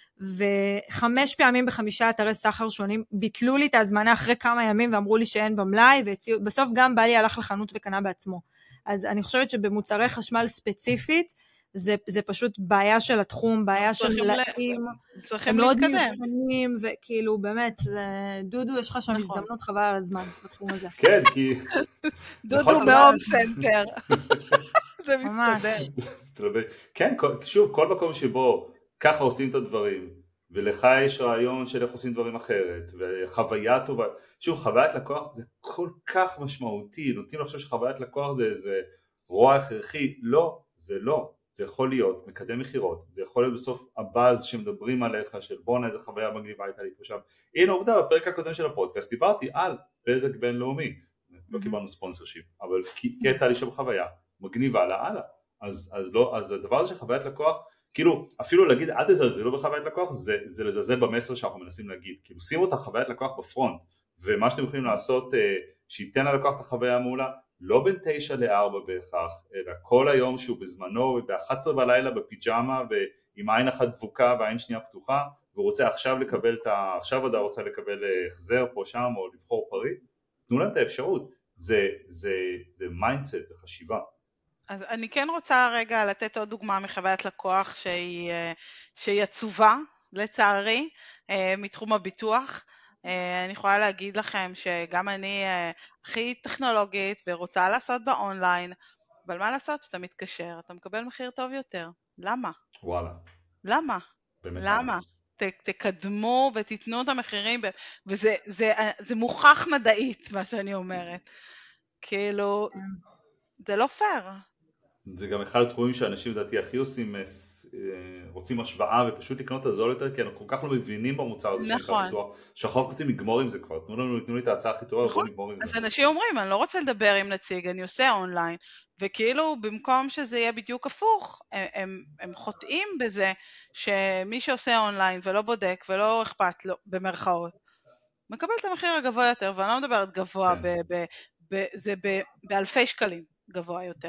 ו5 פעמים ב5 אתרי סחר שונים, ביטלו לי את ההזמנה אחרי כמה ימים ואמרו לי שאין במלאי, ובסוף גם בעלי הלך לחנות וקנה בעצמו. אז אני חושבת שבמוצרי חשמל ספציפית, זה פשוט בעיה של התחום, בעיה של מלאים, הם מאוד מיושנים, וכאילו באמת, דודו, יש לך שם הזדמנות חבל על הזמן בתחום הזה. כן, כי... דודו מהום סנטר. זה מסתדר. כן, שוב, כל מקום שבו ככה עושים את הדברים, ולך יש רעיון של איך עושים דברים אחרת, וחוויה טובה, שוב, חוויית לקוח זה כל כך משמעותי, נותנים לחשוב שחוויית לקוח זה איזה רוע הכרחי, לא, זה לא. זה יכול להיות מקדם מחירות, זה יכול להיות בסוף הבאז שמדברים עליך של בונה איזה חוויה מגניבה הייתה לי פה שם. הנה עובדה, בפרק הקודם של הפודקאסט דיברתי על בזק בינלאומי, לא קיבלנו ספונסר שיפ, אבל כי הייתה לי שם חוויה מגניבה להלאה. אז הדבר הזה של חוויית לקוח, כאילו אפילו להגיד אל תזלזלו בחוויית לקוח, זה לזלזל במסר שאנחנו מנסים להגיד, כאילו שימו את החוויית לקוח בפרונט, ומה שאתם יכולים לעשות שייתן ללקוח את החוויה המעולה, לא בין 9 ל-4 בהכרח, אלא כל היום שהוא בזמנו, ב-11 בלילה בפיג'מה, ועם עין אחת דבוקה והעין שנייה פתוחה, והוא רוצה עכשיו לקבל עכשיו אתה רוצה לקבל החזר פה שם, או לבחור פריט, תנו להם את האפשרות, זה מיינדסט, זה חשיבה. אז אני כן רוצה רגע לתת עוד דוגמה מחוויית לקוח שהיא עצובה, לצערי, מתחום הביטוח. אני יכולה להגיד לכם שגם אני הכי טכנולוגית ורוצה לעשות באונליין, אבל מה לעשות? שאתה מתקשר, אתה מקבל מחיר טוב יותר. למה? וואלה. למה? למה? תקדמו ותיתנו את המחירים, וזה מוכח מדעית מה שאני אומרת. כאילו, זה לא פייר. זה גם אחד התחומים שאנשים לדעתי הכי עושים, רוצים השוואה ופשוט לקנות את הזול יותר, כי אנחנו כל כך לא מבינים במוצר הזה נכון. שאנחנו רוצים לגמור עם זה כבר, תנו לי את ההצעה הכי טובה, נכון. נגמור עם זה. אז אנשים אומרים, אני לא רוצה לדבר עם נציג, אני עושה אונליין, וכאילו במקום שזה יהיה בדיוק הפוך, הם חוטאים בזה שמי שעושה אונליין ולא בודק ולא אכפת לו, במרכאות, מקבל את המחיר הגבוה יותר, ואני לא מדברת גבוה, זה באלפי שקלים גבוה יותר.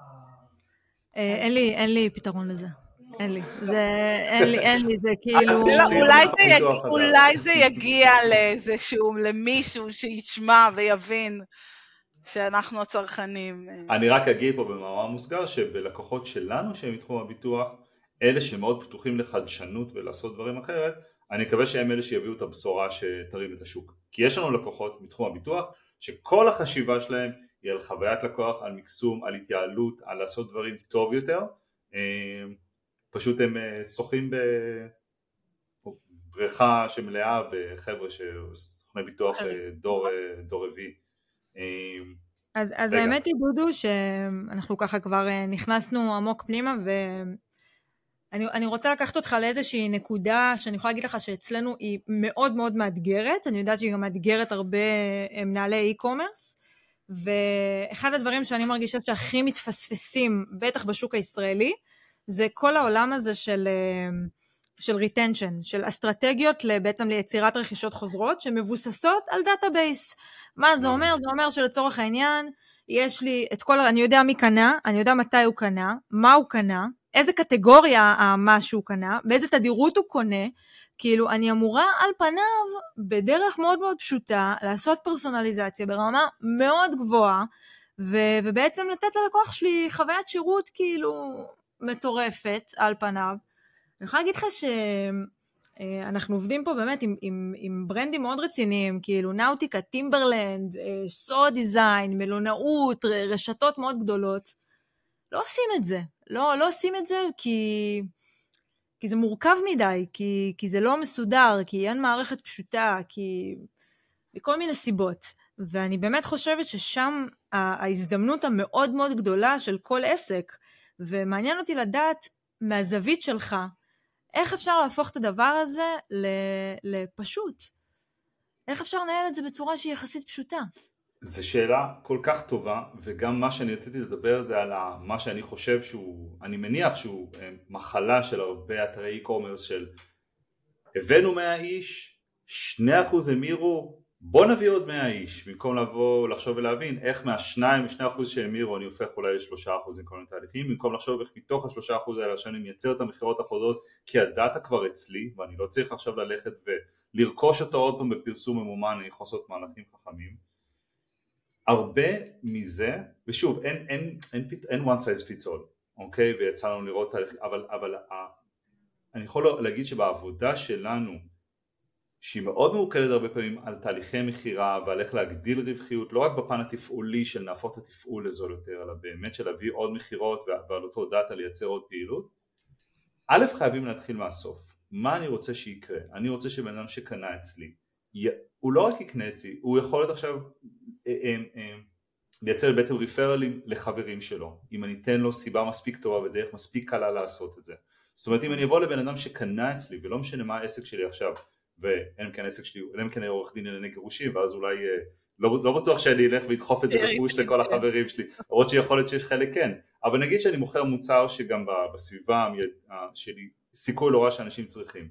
אין לי פתרון לזה. אין לי, זה כאילו... אולי זה יגיע למישהו שישמע ויבין שאנחנו הצרכנים. אני רק אגיד פה במאמר מוסגר שבלקוחות שלנו שהם מתחום הביטוח, אלה שמאוד פתוחים לחדשנות ולעשות דברים אחרת, אני מקווה שהם אלה שיביאו את הבשורה שתרים את השוק. כי יש לנו לקוחות מתחום הביטוח שכל החשיבה שלהם היא על חוויית לקוח, על מקסום, על התייעלות, על לעשות דברים טוב יותר. פשוט הם שוחים בבריכה שמלאה בחבר'ה שסוכני ביטוח דור רביעי. אז האמת היא דודו שאנחנו ככה כבר נכנסנו עמוק פנימה, ואני רוצה לקחת אותך לאיזושהי נקודה שאני יכולה להגיד לך שאצלנו היא מאוד מאוד מאתגרת, אני יודעת שהיא גם מאתגרת הרבה מנהלי e-commerce, ואחד הדברים שאני מרגישה שהכי מתפספסים, בטח בשוק הישראלי, זה כל העולם הזה של retention, של אסטרטגיות בעצם ליצירת רכישות חוזרות, שמבוססות על דאטאבייס. מה זה אומר? זה אומר שלצורך העניין, יש לי את כל, אני יודע מי קנה, אני יודע מתי הוא קנה, מה הוא קנה, איזה קטגוריה מה שהוא קנה, באיזה תדירות הוא קונה, כאילו אני אמורה על פניו, בדרך מאוד מאוד פשוטה, לעשות פרסונליזציה ברמה מאוד גבוהה, ובעצם לתת ללקוח שלי חוויית שירות כאילו מטורפת על פניו. אני יכולה להגיד לך שאנחנו עובדים פה באמת עם ברנדים מאוד רציניים, כאילו נאוטיקה, טימברלנד, סו דיזיין, מלונאות, רשתות מאוד גדולות. לא עושים את זה. לא עושים את זה כי זה מורכב מדי, כי זה לא מסודר, כי אין מערכת פשוטה, כי בכל מיני סיבות. ואני באמת חושבת ששם ההזדמנות המאוד מאוד גדולה של כל עסק, ומעניין אותי לדעת מהזווית שלך, איך אפשר להפוך את הדבר הזה לפשוט? איך אפשר לנהל את זה בצורה שהיא יחסית פשוטה? זו שאלה כל כך טובה, וגם מה שאני רציתי לדבר זה על מה שאני חושב אני מניח שהוא מחלה של הרבה אתרי e-commerce של הבאנו 100 איש, 2% המירו, בוא נביא עוד 100 איש, במקום לבוא לחשוב ולהבין איך מה2% שהמירו אני הופך אולי ל3% עם כל מיני תהליכים, במקום לחשוב איך מתוך ה3% האלה שאני מייצר את המחירות החוזרות, כי הדאטה כבר אצלי, ואני לא צריך עכשיו ללכת ולרכוש אותו עוד פעם בפרסום ממומן, אני יכול לעשות מהלכים חכמים. הרבה מזה, ושוב, אין one size fits all, אוקיי? ויצא לנו לראות תהליכים, אבל אני יכול להגיד שבעבודה שלנו, שהיא מאוד מורכבת הרבה פעמים על תהליכי מחירה ועל איך להגדיל רווחיות, לא רק בפן התפעולי של נהפוך את התפעול לזול יותר, אלא באמת של להביא עוד מחירות ועל אותו דאטה לייצר עוד פעילות. א', חייבים להתחיל מהסוף. מה אני רוצה שיקרה? אני רוצה שבן אדם שקנה אצלי, הוא לא רק יקנה אצלי, הוא יכול להיות עכשיו לייצר בעצם ריפרלים לחברים שלו, אם אני אתן לו סיבה מספיק טובה ודרך מספיק קלה לעשות את זה. זאת אומרת, אם אני אבוא לבן אדם שקנה אצלי, ולא משנה מה העסק שלי עכשיו, ואין כאן עסק שלי, אין כאן עורך דין לענייני גירושים, ואז אולי לא בטוח שאני אלך וידחוף את זה בגוש לכל החברים שלי, למרות שיכול להיות שיש חלק כן, אבל נגיד שאני מוכר מוצר שגם בסביבה שלי סיכוי לא רע שאנשים צריכים.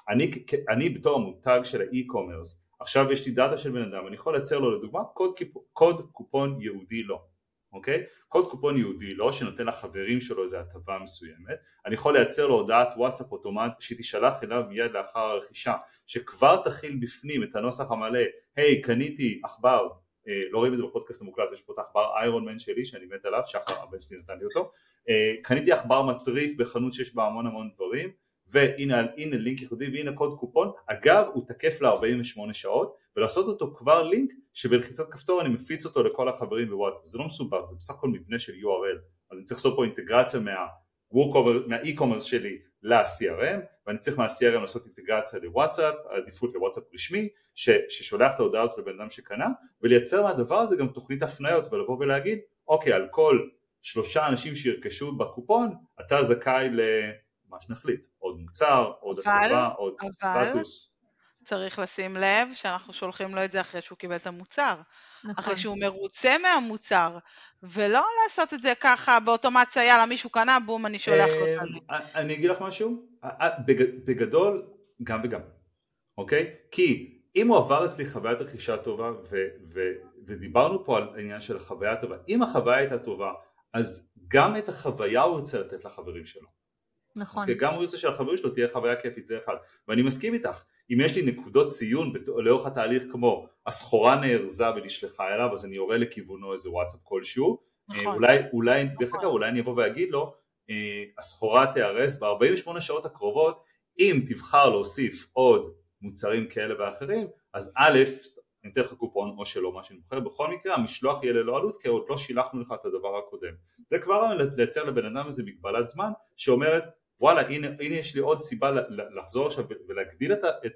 אני בתור המותג של האי-קומרס, עכשיו יש לי דאטה של בן אדם, אני יכול לייצר לו לדוגמה קוד קופון יהודי לא, אוקיי? קוד קופון יהודי לא שנותן לחברים שלו איזו הטבה מסוימת, אני יכול לייצר לו הודעת וואטסאפ אוטומט שתשלח אליו מיד לאחר הרכישה, שכבר תכיל בפנים את הנוסח המלא, היי קניתי עכבר, לא רואים את זה בפודקאסט המוקלט, יש פה את העכבר איירון מן שלי שאני מת עליו, שחר הבן שלי נתן לי אותו, קניתי עכבר מטריף בחנות שיש בה המון דברים, והנה לינק ייחודי והנה קוד קופון, אגב הוא תקף ל-48 שעות, ולעשות אותו כבר לינק שבלחיצת כפתור אני מפיץ אותו לכל החברים בוואטסאפ, זה לא מסובך, זה בסך הכל מבנה של URL, אז אני צריך לעשות פה אינטגרציה מה-e-commerce שלי ל-CRM, ואני צריך מה-CRM לעשות אינטגרציה לוואטסאפ, עדיפות לוואטסאפ רשמי, ששולח את ההודעה הזאת לבן אדם שקנה, ולייצר מהדבר הזה גם תוכנית הפניות, ולבוא ולהגיד, אוקיי, על כל 3 אנשים שירכשו בקופון, אתה זכאי מה שנחליט, עוד מוצר, עוד הטבה, עוד סטטוס. צריך לשים לב שאנחנו שולחים לו את זה אחרי שהוא קיבל את המוצר, נכון. אחרי שהוא מרוצה מהמוצר, ולא לעשות את זה ככה באוטומציה, יאללה מישהו קנה, בום אני שולח לו את זה. אני אגיד לך משהו, בגדול גם וגם, אוקיי? כי אם הוא עבר אצלי חוויית רכישה טובה, ודיברנו פה על העניין של החוויה הטובה, אם החוויה הייתה טובה, אז גם את החוויה הוא רוצה לתת לחברים שלו. נכון. כי גם הוא יוצא שהחברים שלו תהיה חוויה כיפית, זה אחד. ואני מסכים איתך, אם יש לי נקודות ציון לאורך התהליך כמו הסחורה נארזה ונשלחה אליו, אז אני יורה לכיוונו איזה וואטסאפ כלשהו, נכון. אולי, דרך אגב, אולי אני אבוא ואגיד לו, הסחורה תארז ב-48 שעות הקרובות, אם תבחר להוסיף עוד מוצרים כאלה ואחרים, אז א', אני אתן לך קופון או שלא, מה שאני מוכר, בכל מקרה המשלוח יהיה ללא עלות, כי עוד לא שילחנו לך את הדבר הקודם. זה כבר לייצר לבן אדם איזה מגבלת זמן, שאומרת, וואלה, הנה יש לי עוד סיבה לחזור עכשיו ולהגדיל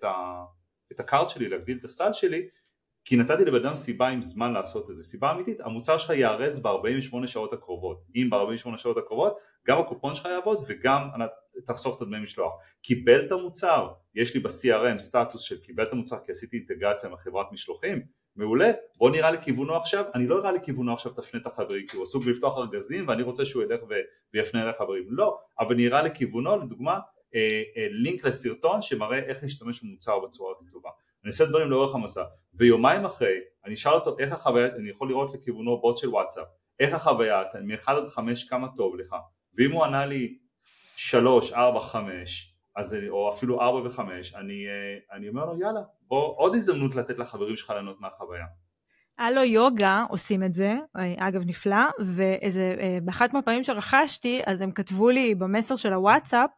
את הקארט שלי, להגדיל את הסל שלי, כי נתתי לבן אדם סיבה עם זמן לעשות את זה. סיבה אמיתית, המוצר שלך יארז ב-48 שעות הקרובות. אם ב-48 שעות הקרובות, גם הקופון שלך יעבוד וגם תחסוך את הדמי משלוח. קיבל את המוצר, יש לי ב-CRM סטטוס של קיבל את המוצר כי עשיתי אינטגרציה מחברת משלוחים, מעולה, בוא נראה לכיוונו עכשיו, אני לא אראה לכיוונו עכשיו תפנה את החברים, כי הוא עסוק לפתוח ארגזים ואני רוצה שהוא ילך ויפנה לחברים, לא, אבל נראה לכיוונו, לדוגמה, לינק לסרטון שמראה איך להשתמש במוצר בצורה הכי טובה. אני אעשה דברים לאורך המסע, ויומיים אחרי, אני אשאל אותו איך החוויה, אני יכול לראות לכיוונו בוט של וואטסאפ, איך החוויה, מ-1 עד 5 כמה טוב לך, ואם הוא ענה לי 3, 4, 5, אז, או אפילו 4 ו5, אני אומר לו יאללה, בוא עוד הזדמנות לתת לחברים שלך לענות מהחוויה. הלו יוגה עושים את זה, אגב נפלא, באחת מהפעמים שרכשתי, אז הם כתבו לי במסר של הוואטסאפ,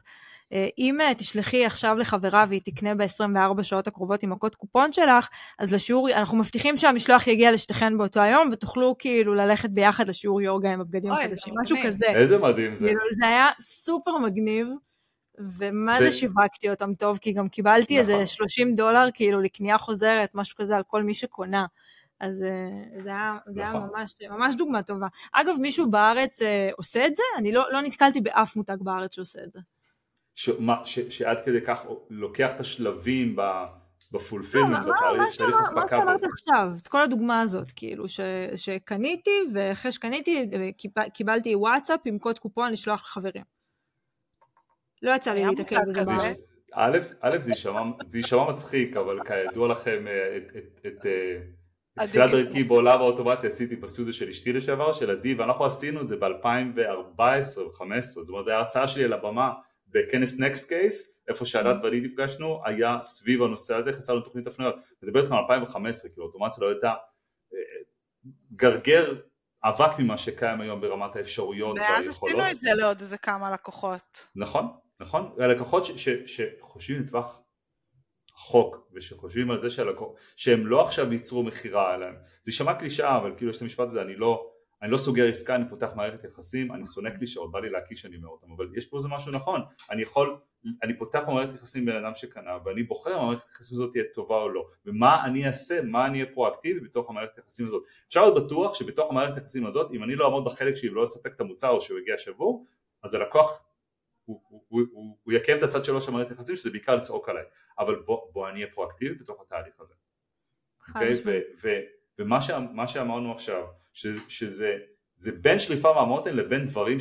אם תשלחי עכשיו לחברה והיא תקנה ב-24 שעות הקרובות עם הקוד קופון שלך, אז לשיעור, אנחנו מבטיחים שהמשלוח יגיע לשתיכן באותו היום, ותוכלו כאילו ללכת ביחד לשיעור יוגה עם הבגדים החדשים, משהו כזה. איזה מדהים זה. זה היה סופר מגניב, ומה זה שיווקתי אותם טוב, כי גם קיבלתי איזה $30 כאילו לקנייה חוזרת, משהו כזה על כל מי שקונה. אז זה היה ממש דוגמה טובה. אגב, מישהו בארץ עושה את זה? אני לא נתקלתי באף מותג בארץ שעושה את זה. שעד כדי כך לוקח את השלבים בפולפילמנט, בתהליך הספקה. מה שאמרת עכשיו, את כל הדוגמה הזאת, כאילו, שקניתי, ואחרי שקניתי, קיבלתי וואטסאפ עם קוד קופון לשלוח לחברים. לא יצא לי להתעכב בזה בארץ. א', זה יישמע מצחיק, אבל כידוע לכם, את תחילת דרכי בעולם האוטומציה עשיתי בסטודיו של אשתי לשעבר, של עדי, ואנחנו עשינו את זה ב-2014 ו-2015, זאת אומרת, ההרצאה שלי על הבמה בכנס Next Case, איפה שעדת ואני נפגשנו, היה סביב הנושא הזה, חצרנו תוכנית הפניות, מדבר איתכם על 2015, כי האוטומציה לא הייתה גרגר אבק ממה שקיים היום ברמת האפשרויות והיכולות. ואז עשינו את זה לעוד איזה כמה לקוחות. נכון, הלקוחות שחושבים לטווח חוק, ושחושבים על זה שהם לא עכשיו ייצרו מחירה עליהם, זה יישמע קלישאה, אבל כאילו יש את המשפט הזה, אני לא סוגר עסקה, אני פותח מערכת יחסים, אני שונא קלישאות, בא לי להקיש שאני אומר אותם, אבל יש פה זה משהו נכון, אני פותח מערכת יחסים בין אדם שקנה, ואני בוחר המערכת יחסים הזאת תהיה טובה או לא, ומה אני אעשה, מה אני אהיה פרואקטיבי בתוך המערכת יחסים הזאת. אפשר להיות בטוח שבתוך המערכת יחסים הזאת, אם אני לא אעמוד בחלק שלי ולא אספק את המוצר או שהוא הגיע שבור, אז הלקוח הוא יקיים את הצד שלו של מערכת יחסים, שזה בעיקר לצעוק עליי, אבל בוא אני אהיה פרואקטיבי בתוך התהליך הזה. ומה שאמרנו עכשיו, שזה בין שליפה מהמותן לבין דברים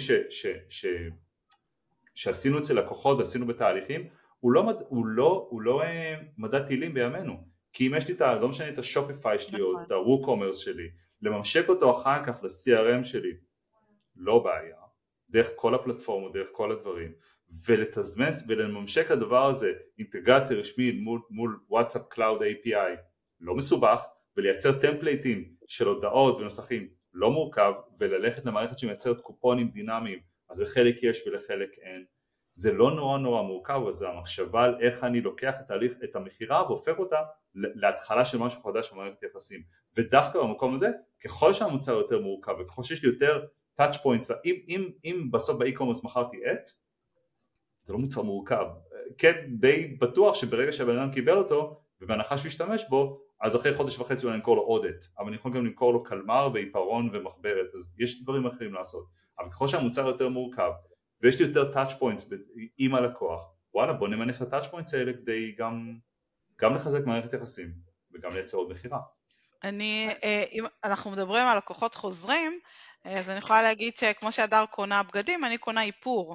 שעשינו אצל לקוחות ועשינו בתהליכים, הוא לא מדע טילים בימינו, כי אם יש לי לא משנה את השופיפיי שלי או את הווקומרס שלי, לממשק אותו אחר כך ל-CRM שלי, לא בעיה, דרך כל הפלטפורמות, דרך כל הדברים, ולתזמן ולממשק הדבר הזה, אינטגרציה רשמית מול וואטסאפ קלאוד API, לא מסובך, ולייצר טמפלייטים של הודעות ונוסחים לא מורכב, וללכת למערכת שמייצרת קופונים דינמיים, אז לחלק יש ולחלק אין, זה לא נורא מורכב, אז זה המחשבה על איך אני לוקח את המחירה והופך אותה להתחלה של משהו חדש במערכת יחסים, ודווקא במקום הזה, ככל שהמוצר יותר מורכב, וככל שיש לי יותר touch points, אם בסוף באי-קומרס מכרתי זה לא מוצר מורכב, כן די בטוח שברגע שהבן אדם קיבל אותו, ובהנחה שהוא ישתמש בו, אז אחרי חודש וחצי אולי נמכור לו עודת, אבל אני יכול גם למכור לו קלמר ועיפרון ומחברת, אז יש דברים אחרים לעשות, אבל ככל שהמוצר יותר מורכב, ויש לי יותר touch points עם הלקוח, וואלה בוא נמנף את ה-touch points האלה כדי גם לחזק מערכת יחסים, וגם לייצר עוד מחירה. אם אנחנו מדברים על לקוחות חוזרים, אז אני יכולה להגיד שכמו שהדר קונה בגדים, אני קונה איפור,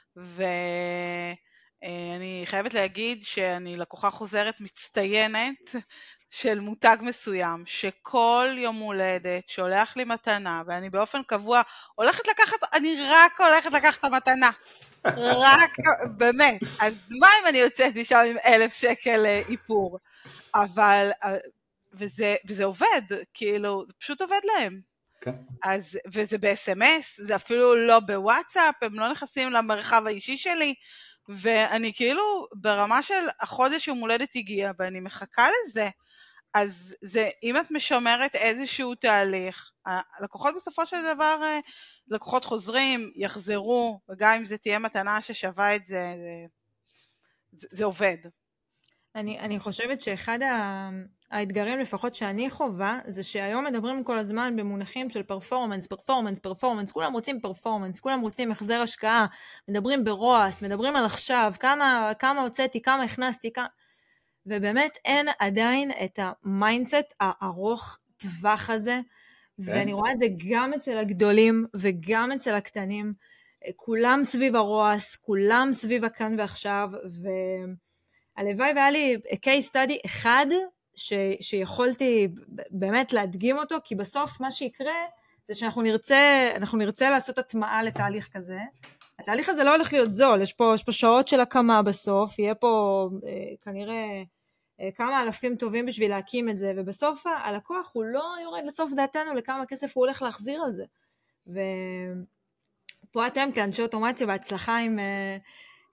ואני חייבת להגיד שאני לקוחה חוזרת מצטיינת של מותג מסוים, שכל יום הולדת שולח לי מתנה, ואני באופן קבוע אני רק הולכת לקחת את המתנה, רק, באמת, אז מה אם אני יוצאת שם עם 1,000 שקל איפור, אבל, וזה עובד, כאילו, זה פשוט עובד להם. אז, וזה ב-SMS, זה אפילו לא בוואטסאפ, הם לא נכנסים למרחב האישי שלי, ואני כאילו ברמה של החודש יום הולדת הגיע, ואני מחכה לזה, אז זה, אם את משמרת איזשהו תהליך, הלקוחות בסופו של דבר, לקוחות חוזרים, יחזרו, וגם אם זה תהיה מתנה ששווה את זה, זה עובד. אני חושבת שאחד האתגרים לפחות שאני חובה, זה שהיום מדברים כל הזמן במונחים של פרפורמנס, כולם רוצים פרפורמנס, כולם רוצים החזר השקעה, מדברים ברועס, מדברים על עכשיו, כמה הוצאתי, כמה הכנסתי, ובאמת אין עדיין את המיינדסט הארוך טווח הזה, ואני רואה את זה גם אצל הגדולים וגם אצל הקטנים, כולם סביב הרועס, כולם סביב הכאן ועכשיו, הלוואי והיה לי case study אחד שיכולתי באמת להדגים אותו, כי בסוף מה שיקרה זה שאנחנו נרצה לעשות הטמעה לתהליך כזה. התהליך הזה לא הולך להיות זול, יש פה שעות של הקמה בסוף, יהיה פה כנראה כמה אלפים טובים בשביל להקים את זה, ובסוף הלקוח הוא לא יורד לסוף דעתנו לכמה כסף הוא הולך להחזיר על זה. ופה אתם כאנשי אוטומציה בהצלחה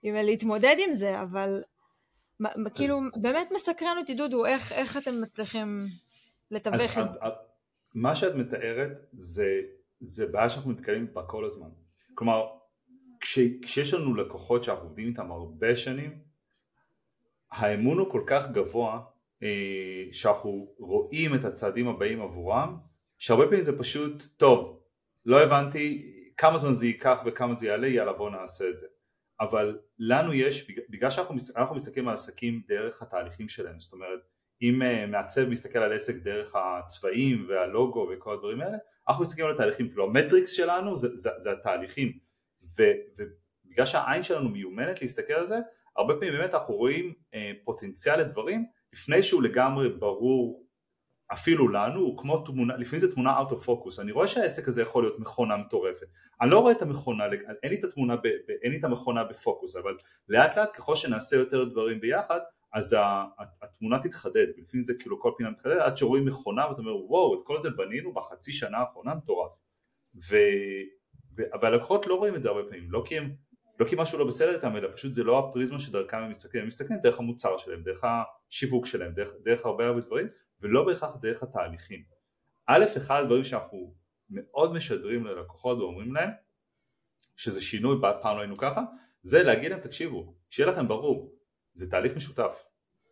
עם להתמודד עם זה, אבל כאילו באמת מסקרן אותי דודו, איך אתם מצליחים לתווך את זה? מה שאת מתארת זה בעיה שאנחנו מתקלים בה כל הזמן. כלומר, כשיש לנו לקוחות שאנחנו עובדים איתם הרבה שנים, האמון הוא כל כך גבוה שאנחנו רואים את הצעדים הבאים עבורם, שהרבה פעמים זה פשוט, טוב, לא הבנתי כמה זמן זה ייקח וכמה זה יעלה, יאללה בוא נעשה את זה. אבל לנו יש, בגלל שאנחנו מסתכלים על עסקים דרך התהליכים שלהם, זאת אומרת, אם מעצב מסתכל על עסק דרך הצבעים והלוגו וכל הדברים האלה, אנחנו מסתכלים על התהליכים, כאילו המטריקס שלנו זה התהליכים, ובגלל שהעין שלנו מיומנת להסתכל על זה, הרבה פעמים באמת אנחנו רואים פוטנציאל לדברים, לפני שהוא לגמרי ברור אפילו לנו, הוא כמו תמונה, לפעמים זה תמונה out of focus, אני רואה שהעסק הזה יכול להיות מכונה מטורפת, אני לא רואה את המכונה, אין לי את המכונה בפוקוס, אבל לאט לאט ככל שנעשה יותר דברים ביחד, אז התמונה תתחדד, ולפעמים זה כאילו כל פינה מתחדד, עד שרואים מכונה ואתה אומר וואו, את כל זה בנינו בחצי שנה האחרונה מטורף, והלקוחות לא רואים את זה הרבה פעמים, לא כי משהו לא בסדר איתם, אלא פשוט זה לא הפריזמה שדרכם הם מסתכלים דרך המוצר שלהם, דרך השיווק שלהם, דרך הרבה דברים, ולא בהכרח דרך התהליכים. אחד הדברים שאנחנו מאוד משדרים ללקוחות ואומרים להם, שזה שינוי, פעם לא היינו ככה, זה להגיד להם תקשיבו, שיהיה לכם ברור, זה תהליך משותף.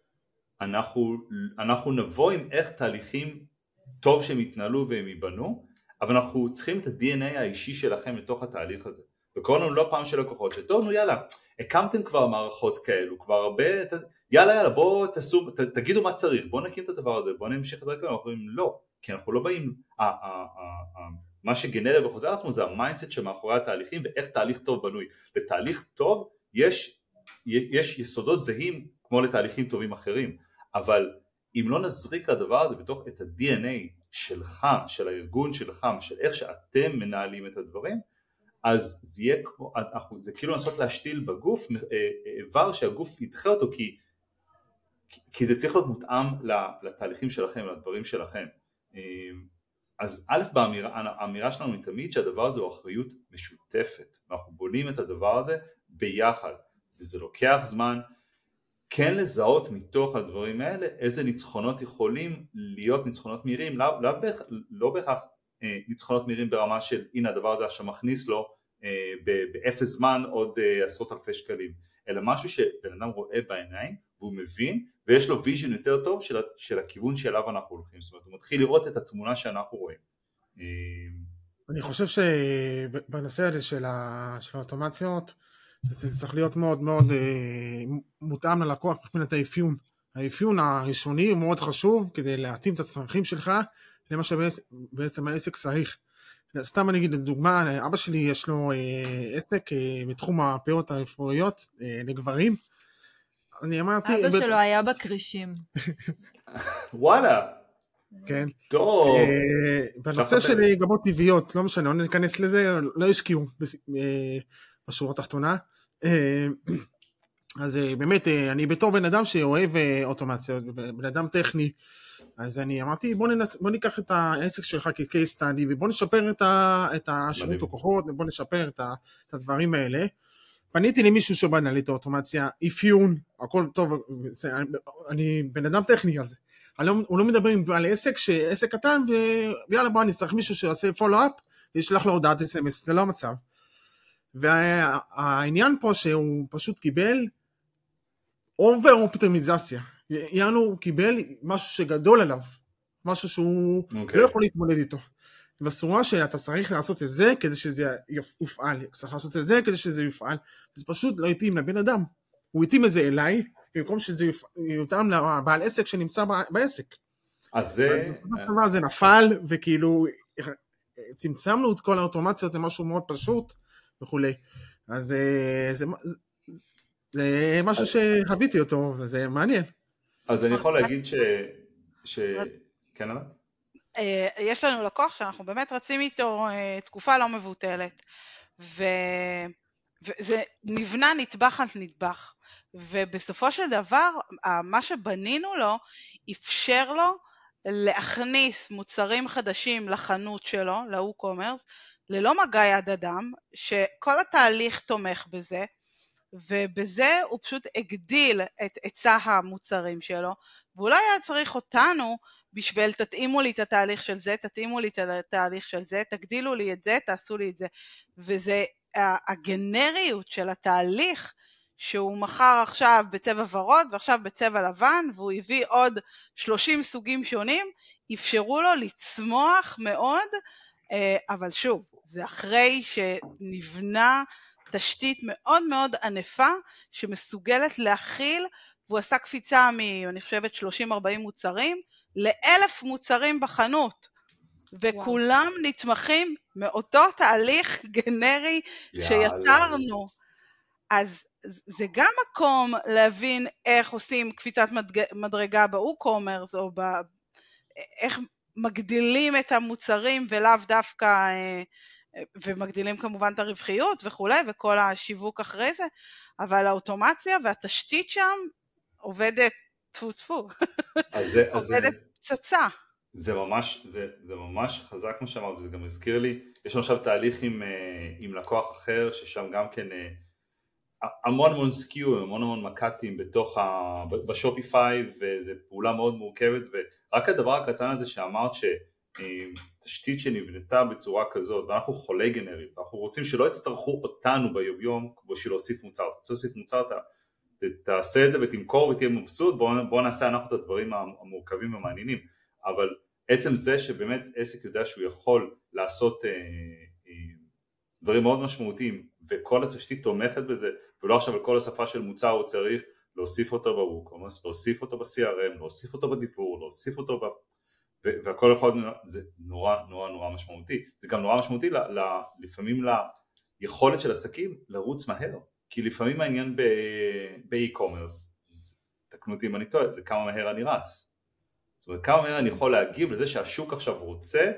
אנחנו נבוא עם איך תהליכים טוב שהם יתנהלו והם ייבנו, אבל אנחנו צריכים את ה-DNA האישי שלכם לתוך התהליך הזה. וקוראים לנו לא פעם של לקוחות שטוב, נו יאללה, הקמתם כבר מערכות כאלו, כבר הרבה, יאללה בואו תגידו מה צריך, בואו נקים את הדבר הזה, בואו נמשיך את הדבר, אנחנו אומרים לא, כי אנחנו לא באים, מה שגנרי וחוזר עצמו זה המיינדסט שמאחורי התהליכים ואיך תהליך טוב בנוי. לתהליך טוב יש יסודות זהים כמו לתהליכים טובים אחרים, אבל אם לא נזריק לדבר הזה בתוך את ה-DNA שלך, של הארגון שלך, של איך שאתם מנהלים את הדברים, אז זה כאילו לנסות להשתיל בגוף איבר שהגוף ידחה אותו, כי זה צריך להיות מותאם לתהליכים שלכם, לדברים שלכם. אז האמירה שלנו היא תמיד שהדבר הזה הוא אחריות משותפת, ואנחנו בונים את הדבר הזה ביחד, וזה לוקח זמן, כן לזהות מתוך הדברים האלה איזה ניצחונות יכולים להיות ניצחונות מהירים, לא בהכרח ניצחונות מהירים ברמה של הנה הדבר הזה שמכניס לו באפס זמן עוד עשרות אלפי שקלים, אלא משהו שבן אדם רואה בעיניים והוא מבין ויש לו ויז'ן יותר טוב של הכיוון שאליו אנחנו הולכים, זאת אומרת הוא מתחיל לראות את התמונה שאנחנו רואים. אני חושב שבנושא הזה של האוטומציות זה צריך להיות מאוד מאוד מותאם ללקוח מבחינת האפיון. האפיון הראשוני הוא מאוד חשוב כדי להתאים את הצרכים שלך למה שבעצם העסק צריך. סתם אני אגיד לדוגמה, אבא שלי יש לו עסק בתחום הפירות הרפואיות לגברים. אני אמרתי... אבא שלו היה בקרישים. וואלה. כן. טוב. בנושא של גבות טבעיות, לא משנה, לא ניכנס לזה, לא השקיעו בשורה התחתונה. אז באמת, אני בתור בן אדם שאוהב אוטומציות, בן אדם טכני, אז אני אמרתי, בוא ניקח את העסק שלך כ-case study, ובוא נשפר את השירות לקוחות, בוא נשפר את הדברים האלה. פניתי למישהו שבנה לי את האוטומציה, אפיון, הכל טוב, אני בן אדם טכני, אז הוא לא מדבר על עסק קטן, ויאללה בוא אני צריך מישהו שיעשה פולו-אפ, וישלח לו הודעת SMS, זה לא המצב. והעניין פה שהוא פשוט קיבל אובר אופטימיזציה, יענו הוא קיבל משהו שגדול עליו, משהו שהוא לא יכול להתמודד איתו. בסורה שאתה צריך לעשות את זה כדי שזה יופעל, צריך לעשות את זה כדי שזה יופעל, זה פשוט לא יתאים לבן אדם, הוא יתאים את זה אליי, במקום שזה יותאם לבעל עסק שנמצא בעסק. אז זה נפל, וכאילו צמצמנו את כל האוטומציות למשהו מאוד פשוט וכולי. אז זה משהו שהביתי אותו, וזה מעניין. אז אני יכול להגיד כן, ענת? יש לנו לקוח שאנחנו באמת רצים איתו תקופה לא מבוטלת, וזה נבנה נטבח על נטבח, ובסופו של דבר מה שבנינו לו אפשר לו להכניס מוצרים חדשים לחנות שלו, ל-WooCommerce, ללא מגע יד אדם, שכל התהליך תומך בזה, ובזה הוא פשוט הגדיל את היצע המוצרים שלו, ואולי היה צריך אותנו בשביל תתאימו לי את התהליך של זה, תתאימו לי את התהליך של זה, תגדילו לי את זה, תעשו לי את זה, וזה הגנריות של התהליך, שהוא מכר עכשיו בצבע ורוד ועכשיו בצבע לבן, והוא הביא עוד 30 סוגים שונים, אפשרו לו לצמוח מאוד, אבל שוב, זה אחרי שנבנה תשתית מאוד מאוד ענפה, שמסוגלת להכיל, והוא עשה קפיצה אני חושבת 30-40 מוצרים, ל1,000 מוצרים בחנות, וכולם נתמכים מאותו תהליך גנרי שיצרנו. אז זה גם מקום להבין איך עושים קפיצת מדרגה באו-קומרס, או איך מגדילים את המוצרים ולאו דווקא, ומגדילים כמובן את הרווחיות וכולי, וכל השיווק אחרי זה, אבל האוטומציה והתשתית שם עובדת טפו, עובדת פצצה. זה ממש חזק מה שאמרת, וזה גם הזכיר לי, יש לנו עכשיו תהליך עם לקוח אחר, ששם גם כן המון סקיו, המון מקטים בשופיפיי, וזו פעולה מאוד מורכבת, ורק הדבר הקטן הזה שאמרת שתשתית שנבנתה בצורה כזאת, ואנחנו חולי גנרית, אנחנו רוצים שלא יצטרכו אותנו ביום בשביל להוסיף מוצר, אתה רוצה להוסיף מוצר, תעשה את זה ותמכור ותהיה מבסוט, בואו נעשה אנחנו את הדברים המורכבים והמעניינים, אבל עצם זה שבאמת עסק יודע שהוא יכול לעשות דברים מאוד משמעותיים, וכל התשתית תומכת בזה, ולא עכשיו על כל השפה של מוצר הוא צריך להוסיף אותו בווקומרס, להוסיף אותו ב-CRM, להוסיף אותו בדיוור, להוסיף אותו והכל יכול, זה נורא משמעותי. זה גם נורא משמעותי לפעמים ליכולת של עסקים לרוץ מהר, כי לפעמים העניין באי-קומרס, תקנו אותי אם אני טועה, זה כמה מהר אני רץ. זאת אומרת, כמה מהר אני יכול להגיב לזה שהשוק עכשיו רוצה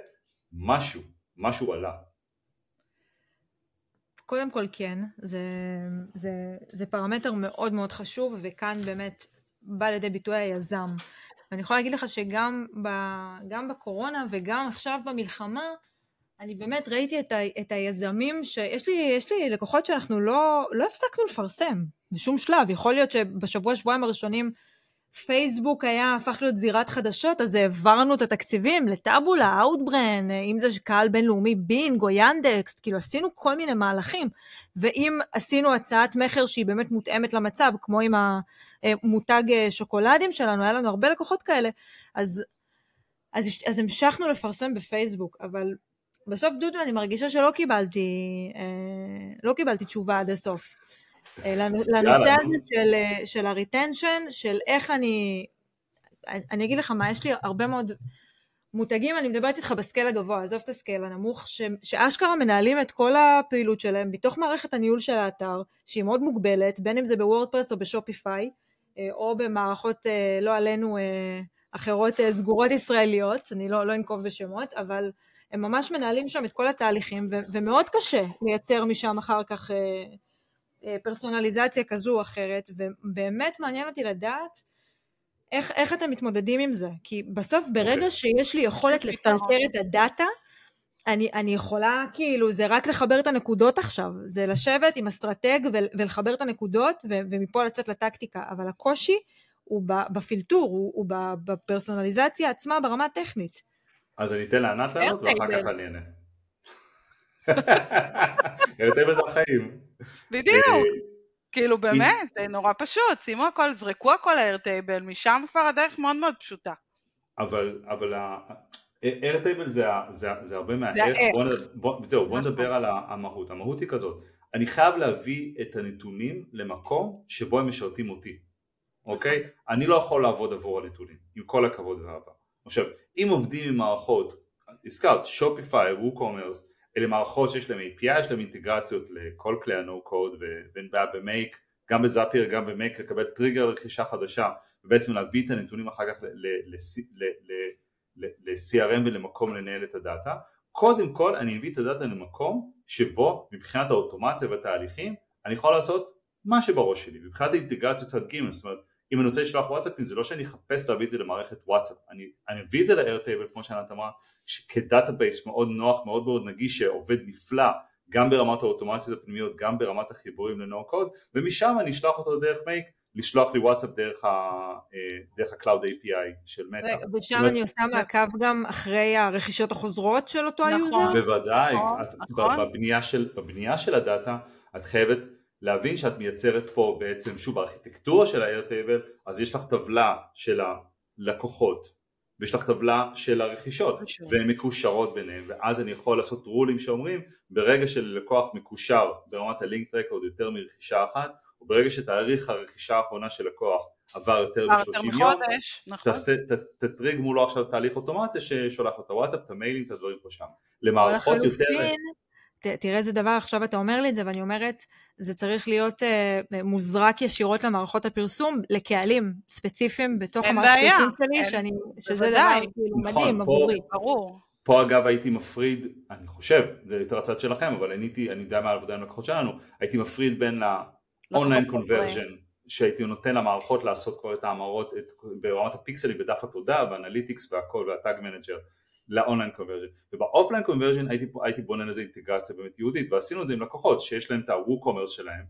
משהו עלה. קודם כל כן, זה פרמטר מאוד מאוד חשוב, וכאן באמת בא לידי ביטוי היזם. ואני יכולה להגיד לך שגם בקורונה וגם עכשיו במלחמה, אני באמת ראיתי את היזמים, שיש לי לקוחות שאנחנו לא הפסקנו לפרסם בשום שלב. יכול להיות שבשבוע-שבועיים הראשונים פייסבוק הפך להיות זירת חדשות, אז העברנו את התקציבים לטאבולה, אאוטברן, אם זה קהל בינלאומי, בינג או ינדקס, כאילו עשינו כל מיני מהלכים, ואם עשינו הצעת מחר שהיא באמת מותאמת למצב, כמו עם המותג שוקולדים שלנו, היה לנו הרבה לקוחות כאלה, אז המשכנו לפרסם בפייסבוק, אבל בסוף דודו אני מרגישה שלא קיבלתי תשובה עד הסוף. לנושא הזה של הריטנשן, של איך אני אגיד לך מה, יש לי הרבה מאוד מותגים, אני מדברת איתך בסקייל הגבוה, עזוב את הסקייל הנמוך, שאשכרה מנהלים את כל הפעילות שלהם, בתוך מערכת הניהול של האתר, שהיא מאוד מוגבלת, בין אם זה בוורדפרס או בשופיפיי, או במערכות לא עלינו אחרות סגורות ישראליות, אני לא אנקוב בשמות, אבל הם ממש מנהלים שם את כל התהליכים, ומאוד קשה לייצר משם אחר כך פרסונליזציה כזו או אחרת, ובאמת מעניין אותי לדעת איך אתם מתמודדים עם זה, כי בסוף ברגע שיש לי יכולת לפלטר את הדאטה, אני יכולה, כאילו, זה רק לחבר את הנקודות עכשיו, זה לשבת עם אסטרטג ולחבר את הנקודות, ומפה לצאת לטקטיקה, אבל הקושי הוא בפילטור, הוא בפרסונליזציה עצמה ברמה הטכנית. אז אני אתן לענת לענות, ואחר כך אני אענה. הראיתם בזה החיים. בדיוק. כאילו באמת, זה נורא פשוט, שימו הכל, זרקו הכל ל-Airtable, משם כבר הדרך מאוד מאוד פשוטה. אבל Airtable זה הרבה מהאיך, בואו נדבר על המהות. המהות היא כזאת, אני חייב להביא את הנתונים למקום שבו הם משרתים אותי, אוקיי? אני לא יכול לעבוד עבור הנתונים, עם כל הכבוד והאהבה. עכשיו, אם עובדים עם מערכות, הזכרת, שופיפיי, ווקומרס, אלה מערכות שיש להם API, יש להם אינטגרציות לכל כלי ה-No-Code, ואין בעיה במייק, גם בזאפייר, גם במייק, לקבל טריגר לרכישה חדשה, ובעצם להביא את הנתונים אחר כך ל-CRM ולמקום לנהל את הדאטה. קודם כל, אני מביא את הדאטה למקום שבו, מבחינת האוטומציה והתהליכים, אני יכול לעשות מה שבראש שלי, מבחינת האינטגרציות צד ג', זאת אומרת, אם אני רוצה לשלוח וואטסאפים, זה לא שאני אחפש להביא את זה למערכת וואטסאפ, אני מביא את זה ל-Airtable, כמו שענת אמרה, כדאטאבייס מאוד נוח, מאוד מאוד נגיש, שעובד נפלא, גם ברמת האוטומציות הפנימיות, גם ברמת החיבורים לנואו קוד, ומשם אני אשלח אותו דרך מייק, לשלוח לי וואטסאפ דרך ה-Cloud API של מטא. ושם אני עושה מעקב גם אחרי הרכישות החוזרות של אותו היוזר? בוודאי, בבנייה של הדאטה, את חייבת להבין שאת מייצרת פה בעצם, שוב, בארכיטקטורה של ה-Airtable, אז יש לך טבלה של הלקוחות, ויש לך טבלה של הרכישות, והן מקושרות ביניהן, ואז אני יכול לעשות רולים שאומרים, ברגע שלקוח מקושר ברמת הלינק רקורד יותר מרכישה אחת, או ברגע שתאריך הרכישה האחרונה של לקוח עבר יותר מ-30 יום, תטריג מולו עכשיו תהליך אוטומציה ששולח את הוואטסאפ, את המיילים, את הדברים פה שם. למערכות יותר... תראה איזה דבר, עכשיו אתה אומר לי את זה, ואני אומרת, זה צריך להיות מוזרק ישירות למערכות הפרסום, לקהלים ספציפיים בתוך המערכת הפרסום שלי, שזה דבר מדהים עבורי. פה אגב הייתי מפריד, אני חושב, זה יותר הצד שלכם, אבל אני יודע מה העבודה עם לקוחות שלנו, הייתי מפריד בין ל-online conversion, שהייתי נותן למערכות לעשות כבר את האמרות ברמת הפיקסלים, בדף התודה, והאנליטיקס והכל, והטאג מנג'ר, לאונליין קונברז'ן, ובאופליין קונברז'ן הייתי בונה לזה אינטגרציה באמת יהודית, ועשינו את זה עם לקוחות שיש להם את ה-WooCommerce שלהם,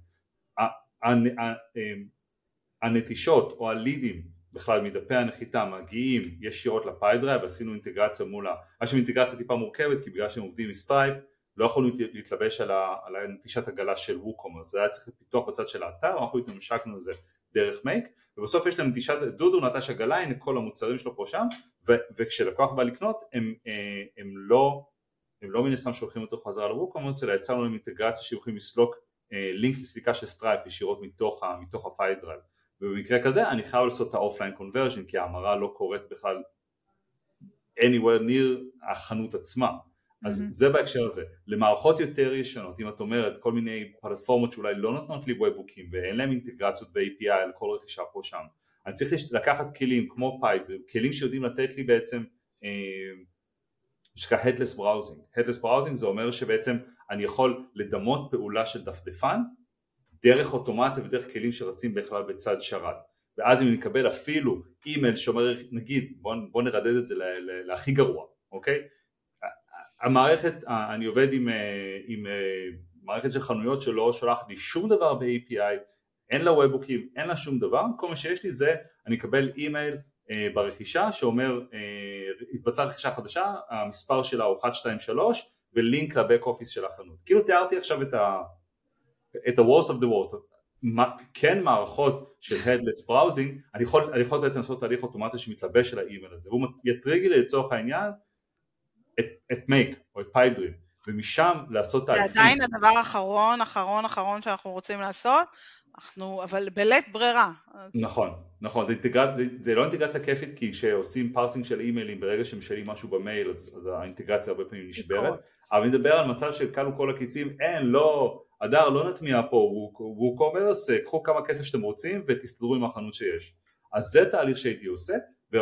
הנטישות או הלידים בכלל מדפי הנחיתה מגיעים ישירות לפיידרייב, ועשינו אינטגרציה מולה, משהו אינטגרציה טיפה מורכבת, כי בגלל שהם עובדים מסטרייפ, לא יכולנו להתלבש על הנטישת הגלה של WooCommerce, זה היה צריך פיתוח בצד של האתר, אנחנו התמשקנו לזה דרך מייק, ובסוף יש להם נטישת, דודו נטש הגלה, הנה כל המוצרים שלו פה שם, וכשלקוח בא לקנות, הם לא מן הסתם שולחים אותו חזרה ל-WooCommerce, אלא יצרנו להם אינטגרציה שיכולים לסלוק לינק לסליקה של סטרייפ ישירות מתוך הפיידרייב, ובמקרה כזה אני חייב לעשות את האופליין קונברז'ן, כי ההמרה לא קורית בכלל anywhere near החנות עצמה, אז זה בהקשר הזה. למערכות יותר ישנות, אם את אומרת כל מיני פלטפורמות שאולי לא נותנות לי וובבוקים ואין להם אינטגרציות ב-API על כל רכישה פה שם, אני צריך לקחת כלים כמו פייפ, כלים שיודעים לתת לי בעצם שקרה Headless Browsing. Headless Browsing זה אומר שבעצם אני יכול לדמות פעולה של דפדפן דרך אוטומציה ודרך כלים שרצים בכלל בצד שרת, ואז אם נקבל אפילו אימייל שאומר, נגיד בוא נרדד את זה להכי גרוע, אוקיי? המערכת, אני עובד עם מערכת של חנויות שלא שולחת לי שום דבר ב-API, אין לה וובבוקים, אין לה שום דבר, כל מה שיש לי זה, אני אקבל אימייל ברכישה שאומר, התבצעה רכישה חדשה, המספר שלה הוא 123, ולינק לבק אופיס של החנות. כאילו תיארתי עכשיו את ה-worst of the worst, כן מערכות של Headless Browsing, אני יכול בעצם לעשות תהליך אוטומציה שמתלבש על האימייל הזה, והוא יטריג לי לצורך העניין, את מייק או את פייפדריב, ומשם לעשות תהליכים. זה עדיין הדבר האחרון שאנחנו רוצים לעשות, אבל בלית ברירה. נכון, זה לא אינטגרציה כיפית, כי כשעושים פרסינג של אימיילים, ברגע שמשלים משהו במייל, אז האינטגרציה הרבה פעמים נשברת, אבל נדבר על מצב שקלו כל הקיצים, הדר לא נטמיע פה, WooCommerce, קחו כמה כסף שאתם רוצים, ותסתדרו עם החנות שיש. אז זה תהליך שהייתי עושה,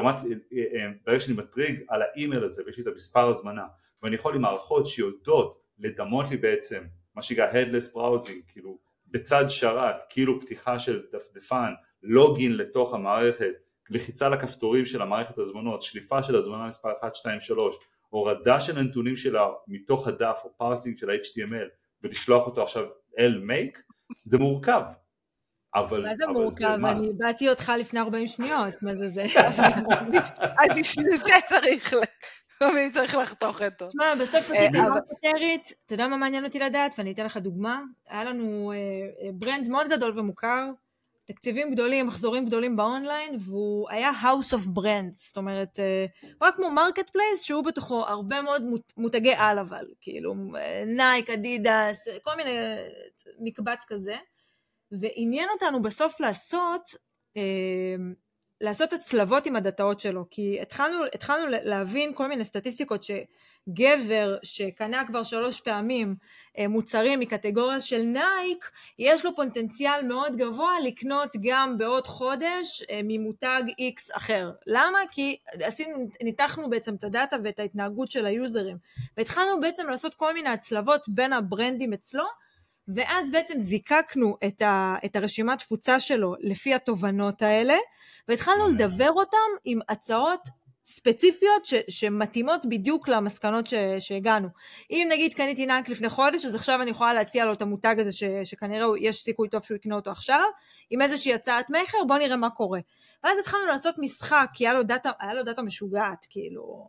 ברגע שאני מטריג על האימייל הזה ויש לי את המספר הזמנה ואני יכול עם מערכות שיודעות לדמות לי בעצם מה שנקרא Headless Browsing, כאילו בצד שרת, כאילו פתיחה של דפדפן, לוגין לתוך המערכת, לחיצה לכפתורים של המערכת הזמנות, שליפה של הזמנה מספר 1, 2, 3, הורדה של הנתונים שלה מתוך הדף או פרסינג של ה-HTML ולשלוח אותו עכשיו אל מייק, זה מורכב. מה זה מורכב? אני באתי אותך לפני 40 שניות, מה זה? אז בשביל זה צריך לחתוך אותו. תשמע, בסוף אותי דוגמה פטרית, אתה יודע מה מעניין אותי לדעת, ואני אתן לך דוגמה, היה לנו ברנד מאוד גדול ומוכר, תקציבים גדולים, מחזורים גדולים באונליין, והוא היה House of Brands, זאת אומרת, הוא היה כמו מרקט פלייס, שהוא בתוכו הרבה מאוד מותגי על אבל, כאילו נייק, אדידס, כל מיני מקבץ כזה, ועניין אותנו בסוף לעשות הצלבות עם הדאטאות שלו, כי התחלנו להבין כל מיני סטטיסטיקות שגבר שקנה כבר 3 פעמים מוצרים מקטגוריה של נייק, יש לו פוטנציאל מאוד גבוה לקנות גם בעוד חודש ממותג X אחר. למה? כי ניתחנו בעצם את הדאטה ואת ההתנהגות של היוזרים, והתחלנו בעצם לעשות כל מיני הצלבות בין הברנדים אצלו, ואז בעצם זיקקנו את הרשימת תפוצה שלו לפי התובנות האלה, והתחלנו לדבר אותם עם הצעות ספציפיות שמתאימות בדיוק למסקנות שהגענו. אם נגיד קניתי נאנק לפני חודש, אז עכשיו אני יכולה להציע לו את המותג הזה שכנראה יש סיכוי טוב שהוא יקנה אותו עכשיו, עם איזושהי הצעת מחר, בוא נראה מה קורה. ואז התחלנו לעשות משחק, כי היה לו דאטה משוגעת, כאילו,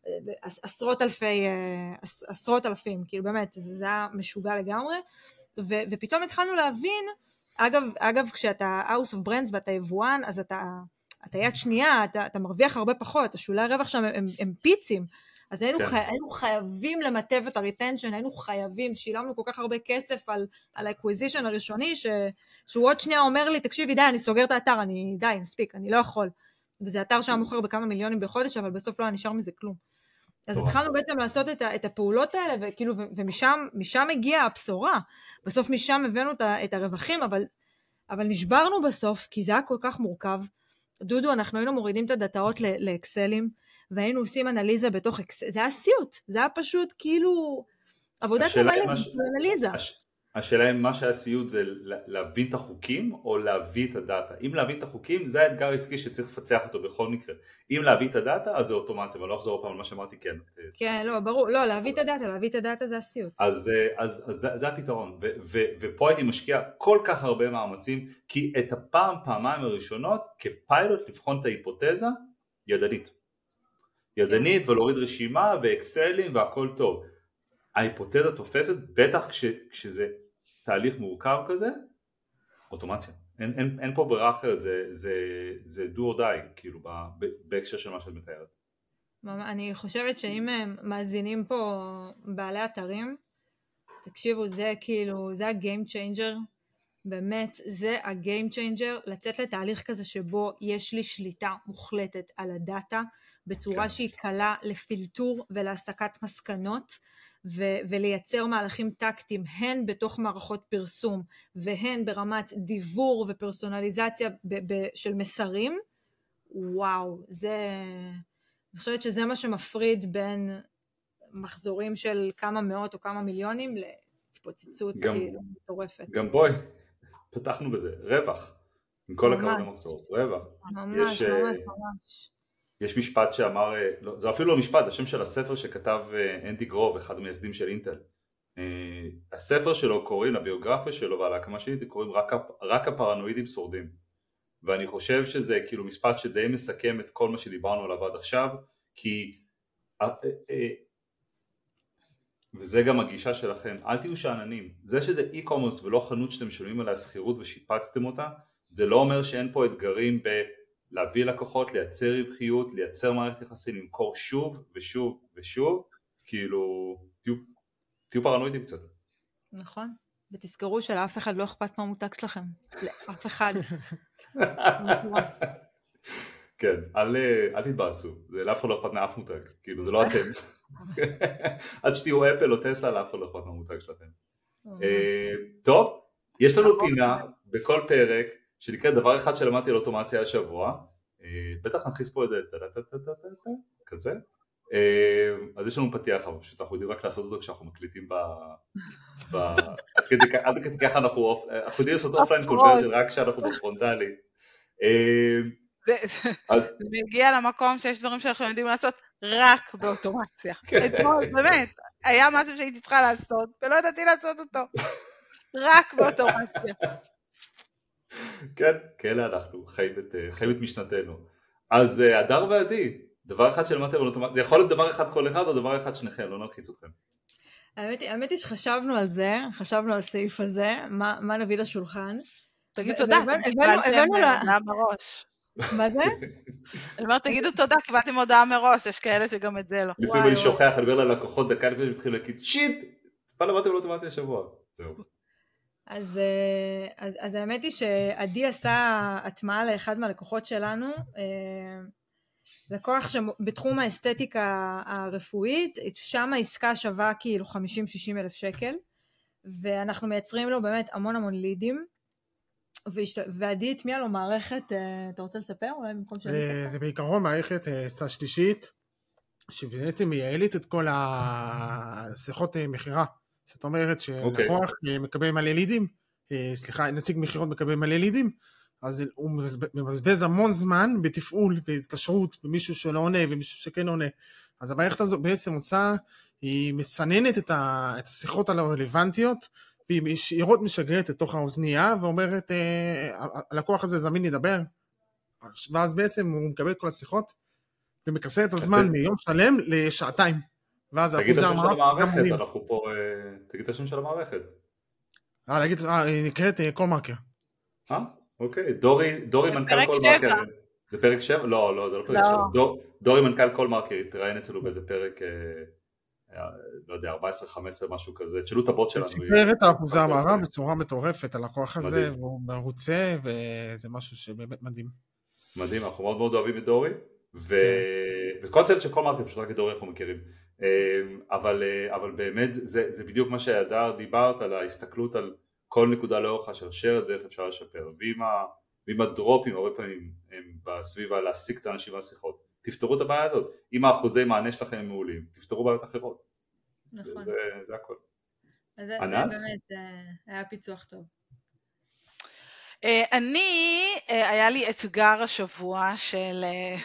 עשרות אלפים, כאילו באמת, זה היה משוגע לגמרי, ופתאום התחלנו להבין, אגב, כשאתה House of Brands ואתה יבואן, אז אתה יד שנייה, אתה מרוויח הרבה פחות, השולי הרווח שם הם פיצים, אז היינו חייבים למטב את הריטנשן, היינו חייבים, שילמנו כל כך הרבה כסף על האקוויזישן הראשוני, שהוא עוד שנייה אומר לי, תקשיבי, די, אני סוגר את האתר, די, מספיק, אני לא יכול. וזה אתר שהיה מוכר בכמה מיליונים בחודש, אבל בסוף לא נשאר מזה כלום. אז התחלנו בעצם לעשות את הפעולות האלה, וכאילו, ומשם הגיעה הבשורה. בסוף משם הבאנו את הרווחים, אבל נשברנו בסוף, כי זה היה כל כך מורכב. דודו, אנחנו היינו מורידים את הדאטאות לאקסלים, והיינו עושים אנליזה בתוך אקסל, זה היה סיוט, זה היה פשוט כאילו עבודת אנליזה. השאלה אם מה שהיה סיוט זה להבין את החוקים או להביא את הדאטה. אם להבין את החוקים זה האתגר העסקי שצריך לפצח אותו בכל מקרה. אם להביא את הדאטה אז זה אוטומציה, אבל לא אחזור פעם על מה שאמרתי, כן. כן, לא, ברור, לא, להביא את הדאטה זה הסיוט. אז זה הפתרון, ופה הייתי משקיע כל כך הרבה מאמצים, כי את פעמיים הראשונות כפיילוט לבחון את ההיפותזה ידנית ולהוריד רשימה ואקסלים והכל טוב. ההיפותזה תופסת, בטח כשזה תהליך מורכב כזה, אוטומציה. אין פה ברירה אחרת, זה do or die, כאילו, בהקשר של מה שאת מתארת. אני חושבת שאם מאזינים פה בעלי אתרים, תקשיבו, זה כאילו, זה ה-game changer, באמת, זה ה-game changer, לצאת לתהליך כזה שבו יש לי שליטה מוחלטת על הדאטה, בצורה שהיא קלה לפילטור ולהסקת מסקנות, ולייצר מהלכים טקטיים, הן בתוך מערכות פרסום, והן ברמת דיבור ופרסונליזציה של מסרים. וואו, אני חושבת שזה מה שמפריד בין מחזורים של כמה מאות או כמה מיליונים להתפוצצות מטורפת. גם בואי, פתחנו בזה, רווח, עם כל הכבוד למחזור, רווח. ממש. יש משפט שאמר, זה אפילו לא משפט, השם של הספר שכתב אנדי גרוב, אחד המייסדים של אינטל. הספר שלו קוראים, הביוגרפיה שלו ועל ההקמה שלי, קוראים רק הפרנואידים שורדים. ואני חושב שזה כאילו משפט שדי מסכם את כל מה שדיברנו עליו עד עכשיו, כי, וזה גם הגישה שלכם, אל תהיו שעננים. זה שזה e-commerce ולא חנות שאתם משלמים עליה שכירות ושיפצתם אותה, זה לא אומר שאין פה אתגרים להביא לקוחות, לייצר רווחיות, לייצר מערכת יחסים, למכור שוב ושוב ושוב, כאילו, תהיו פרנואידים קצת. נכון, ותזכרו שלאף אחד לא אכפת מהמותג שלכם, לאף אחד. כן, אל תתבאסו, לאף אחד לא אכפת מאף מותג, כאילו זה לא אתם. עד שתהיו אפל או טסלה, לאף אחד לא אכפת מהמותג שלכם. טוב, יש לנו פינה בכל פרק, שנקרא דבר אחד שלמדתי על אוטומציה השבוע, בטח נכניס פה את זה, כזה, אז יש לנו פתיח, אבל פשוט אנחנו יודעים רק לעשות אותו כשאנחנו מקליטים עד כדי ככה אנחנו יודעים לעשות אופליין קונברז'ן רק כשאנחנו בפרונטלי. זה מגיע למקום שיש דברים שאנחנו יודעים לעשות רק באוטומציה. באמת, היה משהו שהייתי צריכה לעשות, ולא ידעתי לעשות אותו, רק באוטומציה. כן, כאלה אנחנו, חיים את משנתנו. אז הדר ועדי, דבר אחד שלמדתם על אוטומציה, זה יכול להיות דבר אחד כל אחד או דבר אחד שניכם, לא נלחיץ אתכם. האמת היא שחשבנו על זה, חשבנו על הסעיף הזה, מה נביא לשולחן. תגיד תודה, קיבלתם הודעה מראש. מה זה? אני אומרת, תגידו תודה, קיבלתם הודעה מראש, יש כאלה שגם את זה לא. לפעמים אני שוכח, אני אומר ללקוחות דקה לפני שמתחיל להגיד, שיט, פעם למדתם על אוטומציה השבוע. זהו. אז האמת היא שעדי עשה הטמעה לאחד מהלקוחות שלנו, לקוח שבתחום האסתטיקה הרפואית, שם העסקה שווה כאילו 50-60 אלף שקל, ואנחנו מייצרים לו באמת המון לידים, ועדי הטמיע לו מערכת, אתה רוצה לספר? אולי במקום שאני אספר? זה בעיקרון מערכת סל שלישית, שבעצם מייעלת את כל השיחות מחירה. זאת אומרת שלקוח מקבל מלא לידים, נציג מחירות מקבל מלא לידים, אז הוא מבזבז המון זמן בתפעול, בהתקשרות, במישהו שלא עונה, ומישהו שכן עונה. אז המערכת הזאת בעצם עושה, היא מסננת את השיחות הרלוונטיות, והיא ישירות משגרת לתוך האוזנייה, ואומרת, הלקוח הזה זמין לדבר, ואז בעצם הוא מקבל את כל השיחות, ומקצר את הזמן מיום שלם לשעתיים. תגיד את השם של המערכת, אנחנו פה, תגיד את השם של המערכת. היא נקראת קולמרקר. אוקיי, דורי מנכ"ל קולמרקר. זה פרק 7? לא, זה לא פרק 7. דורי מנכ"ל קולמרקר, התראיין אצלנו באיזה פרק, לא יודע, 14-15 משהו כזה, תשאלו את הבוט שלנו. שיפר את האחוזי המערה בצורה מטורפת, הלקוח הזה, והוא מרוצה, וזה משהו שבאמת מדהים. מדהים, אנחנו מאוד מאוד אוהבים את דורי, וכל צוות של קולמרקר, פשוט רק את דורי אנחנו מכירים. אבל באמת זה בדיוק מה שהדר דיברת על ההסתכלות על כל נקודה לאורך השרשרת ואיך אפשר לשפר, ואם הדרופים הרבה פעמים הם בסביבה להשיג את האנשים והשיחות, תפתרו את הבעיה הזאת. אם האחוזי מענה שלכם הם מעולים, תפתרו בעיות אחרות. נכון. זה הכל. אז זה באמת היה פיצוח טוב. היה לי אתגר השבוע של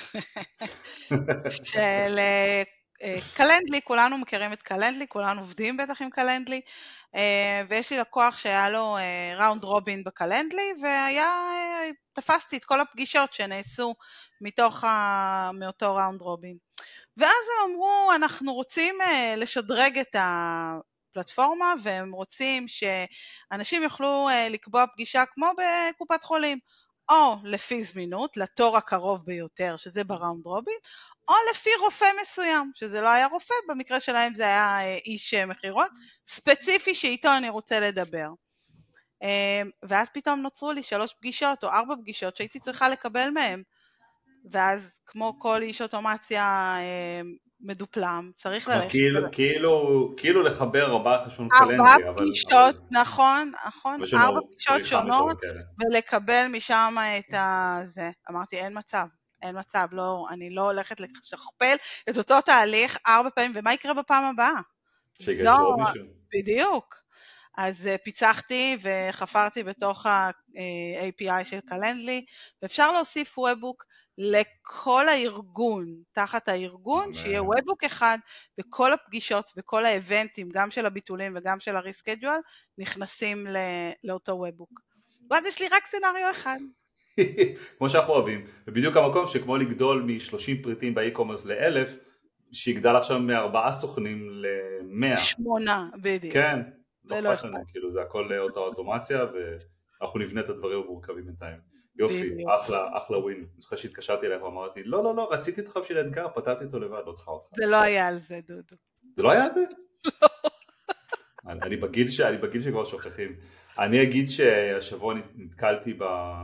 קלנדלי, כולנו מכירים את קלנדלי, כולנו עובדים בטח עם קלנדלי, ויש לי לקוח שהיה לו ראונד רובין בקלנדלי, תפסתי את כל הפגישות שנעשו מאותו ראונד רובין. ואז הם אמרו, אנחנו רוצים לשדרג את הפלטפורמה, והם רוצים שאנשים יוכלו לקבוע פגישה כמו בקופת חולים, או לפי זמינות, לתור הקרוב ביותר, שזה בראונד רובין, או לפי רופא מסוים, שזה לא היה רופא, במקרה שלהם זה היה איש מחירות, ספציפי שאיתו אני רוצה לדבר. ואז פתאום נוצרו לי 3 פגישות או 4 פגישות שהייתי צריכה לקבל מהם, ואז כמו כל איש אוטומציה מדופלם, צריך ללכת. כאילו לחבר 4 חשבון קלנדרי. 4 פגישות, נכון, 4 פגישות שונות, ולקבל משם את זה. אמרתי, אין מצב, לא, אני לא הולכת לשכפל את אותו תהליך 4 פעמים, ומה יקרה בפעם הבאה? שיגייסו עוד מישהו. בדיוק. אז פיצחתי וחפרתי בתוך ה-API של קלנדלי, ואפשר להוסיף וובוק לכל הארגון, תחת הארגון, שיהיה וובוק אחד, וכל הפגישות וכל האבנטים, גם של הביטולים וגם של הריסקייג'ואל, נכנסים לאותו וובוק. ואז יש לי רק סצנריו אחד. כמו שאנחנו אוהבים, ובדיוק המקום שכמו לגדול מ-30 פריטים באי-קומרס ל-1000, שיגדל עכשיו מ4 סוכנים ל100. 8, בדיוק. כן, לא אכפת לנו, כאילו זה הכל אותה אוטומציה, ואנחנו נבנה את הדברים המורכבים בינתיים. יופי, אחלה ווין. אני זוכר שהתקשרתי אליך ואמרתי, לא, רציתי אותך בשביל האתגר, פתרתי אותו לבד, לא צריכה אותך. זה לא היה על זה, דודו. זה לא היה על זה? לא. אני בגיל שכבר שוכחים. אני אגיד שהשבוע נתקלתי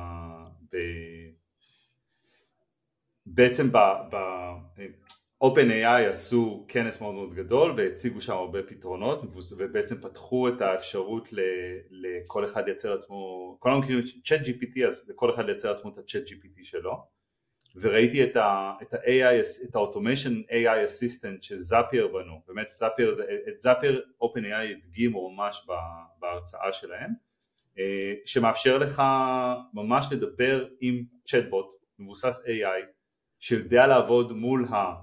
בעצם OpenAI עשו כנס מאוד מאוד גדול והציגו שם הרבה פתרונות, ובעצם פתחו את האפשרות לכל אחד לייצר עצמו, כולנו מכירים את ChatGPT, אז לכל אחד לייצר עצמו את ה-ChatGPT שלו, וראיתי את ה-AI, את ה-Automation AI Assistant שזאפייר בנו, באמת את זאפייר OpenAI הדגימו ממש בהרצאה שלהם, שמאפשר לך ממש לדבר עם צ'טבוט מבוסס AI, שיודע לעבוד מול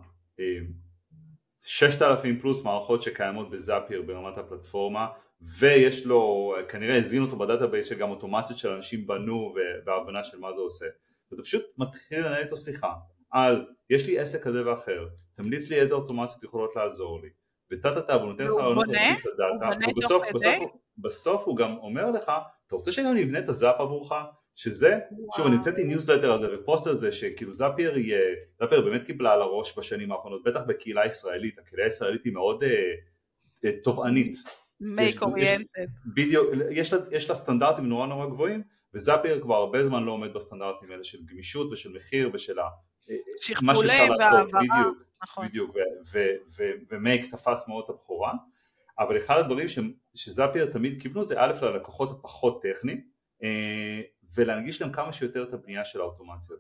ה-6,000 פלוס מערכות שקיימות בזאפייר ברמת הפלטפורמה, ויש לו, כנראה הזין אותו בדאטאבייס שגם אוטומציות של אנשים בנו וההבנה של מה זה עושה. ואתה פשוט מתחיל לנהל איתו שיחה על, יש לי עסק כזה ואחר, תמליץ לי איזה אוטומציות יכולות לעזור לי, ותת הוא נותן לך רעיונות בסיס הדאטה, ובסוף הוא גם אומר לך, אתה רוצה שגם נבנה את הזאפ עבורך? שזה, שוב אני יצאתי ניוזלטר הזה ופוסט הזה שכאילו זאפייר באמת קיבלה על הראש בשנים האחרונות, בטח בקהילה הישראלית, הקהילה הישראלית היא מאוד תובענית, make oriented, בדיוק, יש לה סטנדרטים נורא נורא גבוהים, וזאפייר כבר הרבה זמן לא עומד בסטנדרטים האלה של גמישות ושל מחיר ושל מה שאפשר לעשות, בדיוק, ומייק תפס מאוד את הבחורה, אבל אחד הדברים שזאפייר תמיד כיוונו זה א' ללקוחות הפחות טכניים, ולהנגיש להם כמה שיותר את הבנייה של האוטומציה.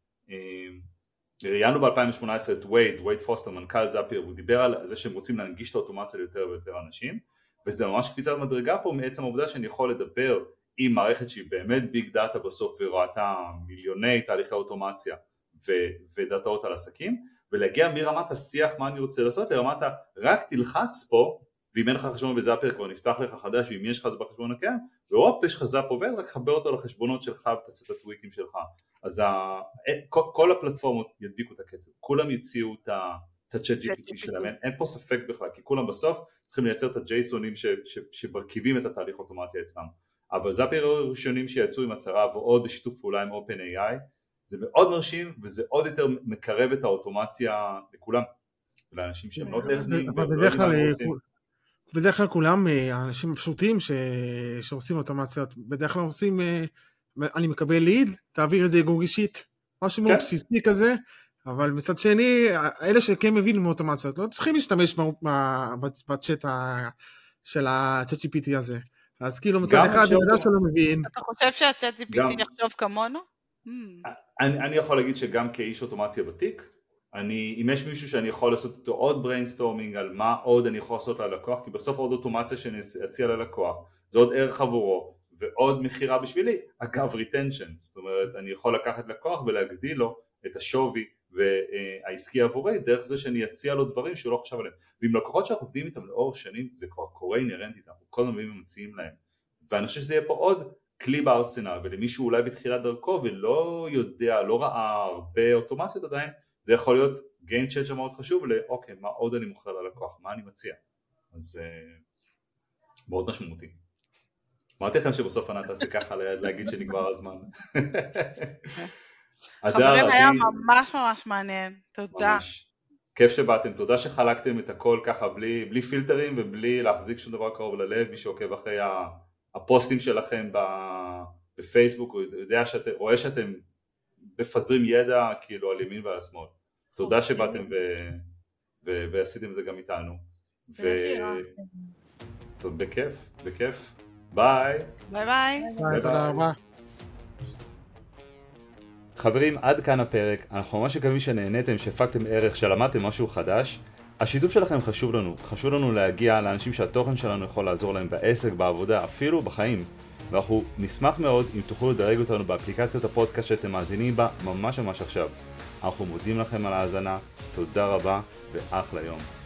ראיינו ב-2018 את וייד פוסטר, מנכ"ל זאפייר, והוא דיבר על זה שהם רוצים להנגיש את האוטומציה ליותר ויותר אנשים, וזה ממש קפיצת מדרגה פה מעצם העובדה שאני יכול לדבר עם מערכת שהיא באמת ביג דאטה בסוף וראתה מיליוני תהליכי אוטומציה ודאטאות על עסקים, ולהגיע מרמת השיח מה אני רוצה לעשות לרמת רק תלחץ פה, ואם אין לך חשבון בזאפר כבר נפתח לך חדש, ואם יש לך זה בחשבון הקיים, והופ יש לך זאפ עובד, רק חבר אותו לחשבונות שלך ותעשה את הטוויקים שלך. אז כל הפלטפורמות ידביקו את הקצב, כולם יציעו את ה-ChatGPT שלהם, אין פה ספק בכלל, כי כולם בסוף צריכים לייצר את הג'ייסונים שמרכיבים את התהליך אוטומציה אצלם. אבל זאפר הראשונים שיצאו עם הצהרה ועוד בשיתוף פעולה עם OpenAI, זה מאוד מרשים וזה עוד יותר מקרב את האוטומציה לכולם, לאנשים שהם לא טכניים. בדרך כלל כולם, האנשים הפשוטים שעושים אוטומציות, בדרך כלל עושים, אני מקבל ליד, תעביר את זה גוגל שיט, משהו מאוד בסיסי כזה, אבל מצד שני, אלה שכן מבינים מאוטומציות, לא צריכים להשתמש בצ'אט של ה-ChatGPT הזה. אז כאילו מצד אחד, אני שלא מבין. אתה חושב שה-ChatGPT יחשוב כמונו? אני יכול להגיד שגם כאיש אוטומציה ותיק, אם יש מישהו שאני יכול לעשות אותו עוד בריינסטורמינג על מה עוד אני יכול לעשות ללקוח, כי בסוף עוד אוטומציה שאני אציע ללקוח, זה עוד ערך עבורו ועוד מחירה בשבילי, אגב ריטנשן, זאת אומרת אני יכול לקחת לקוח ולהגדיל לו את השווי והעסקי עבורי דרך זה שאני אציע לו דברים שהוא לא חשב עליהם, ועם לקוחות שאנחנו עובדים איתם לאורך שנים זה כבר קורה אינרנטית, אנחנו כל הזמן ממציאים להם, ואני חושב שזה יהיה פה עוד כלי בארסנל, ולמישהו אולי בתחילת דרכו ולא יודע, לא ראה הרבה אוטומציות עדיין, זה יכול להיות game changer מאוד חשוב לאוקיי, מה עוד אני מוכר ללקוח, מה אני מציע, אז מאוד משמעותי. אמרתי לכם שבסוף אני תעשה ככה להגיד שנגמר הזמן. חברים, היה ממש ממש מעניין, תודה. ממש. כיף שבאתם, תודה שחלקתם את הכל ככה בלי פילטרים ובלי להחזיק שום דבר קרוב ללב, מי שעוקב אחרי הפוסטים שלכם בפייסבוק, הוא רואה שאתם מפזרים ידע כאילו על ימין ועל שמאל. תודה שבאתם ועשיתם את זה גם איתנו. בכיף. ביי. ביי. תודה רבה. חברים, עד כאן הפרק. אנחנו ממש מקווים שנהניתם, שהפקתם ערך, שלמדתם משהו חדש. השיתוף שלכם חשוב לנו. חשוב לנו להגיע לאנשים שהתוכן שלנו יכול לעזור להם בעסק, בעבודה, אפילו בחיים. ואנחנו נשמח מאוד אם תוכלו לדרג אותנו באפליקציית הפודקאסט שאתם מאזינים בה ממש עכשיו. אנחנו מודים לכם על ההאזנה, תודה רבה ואחלה יום.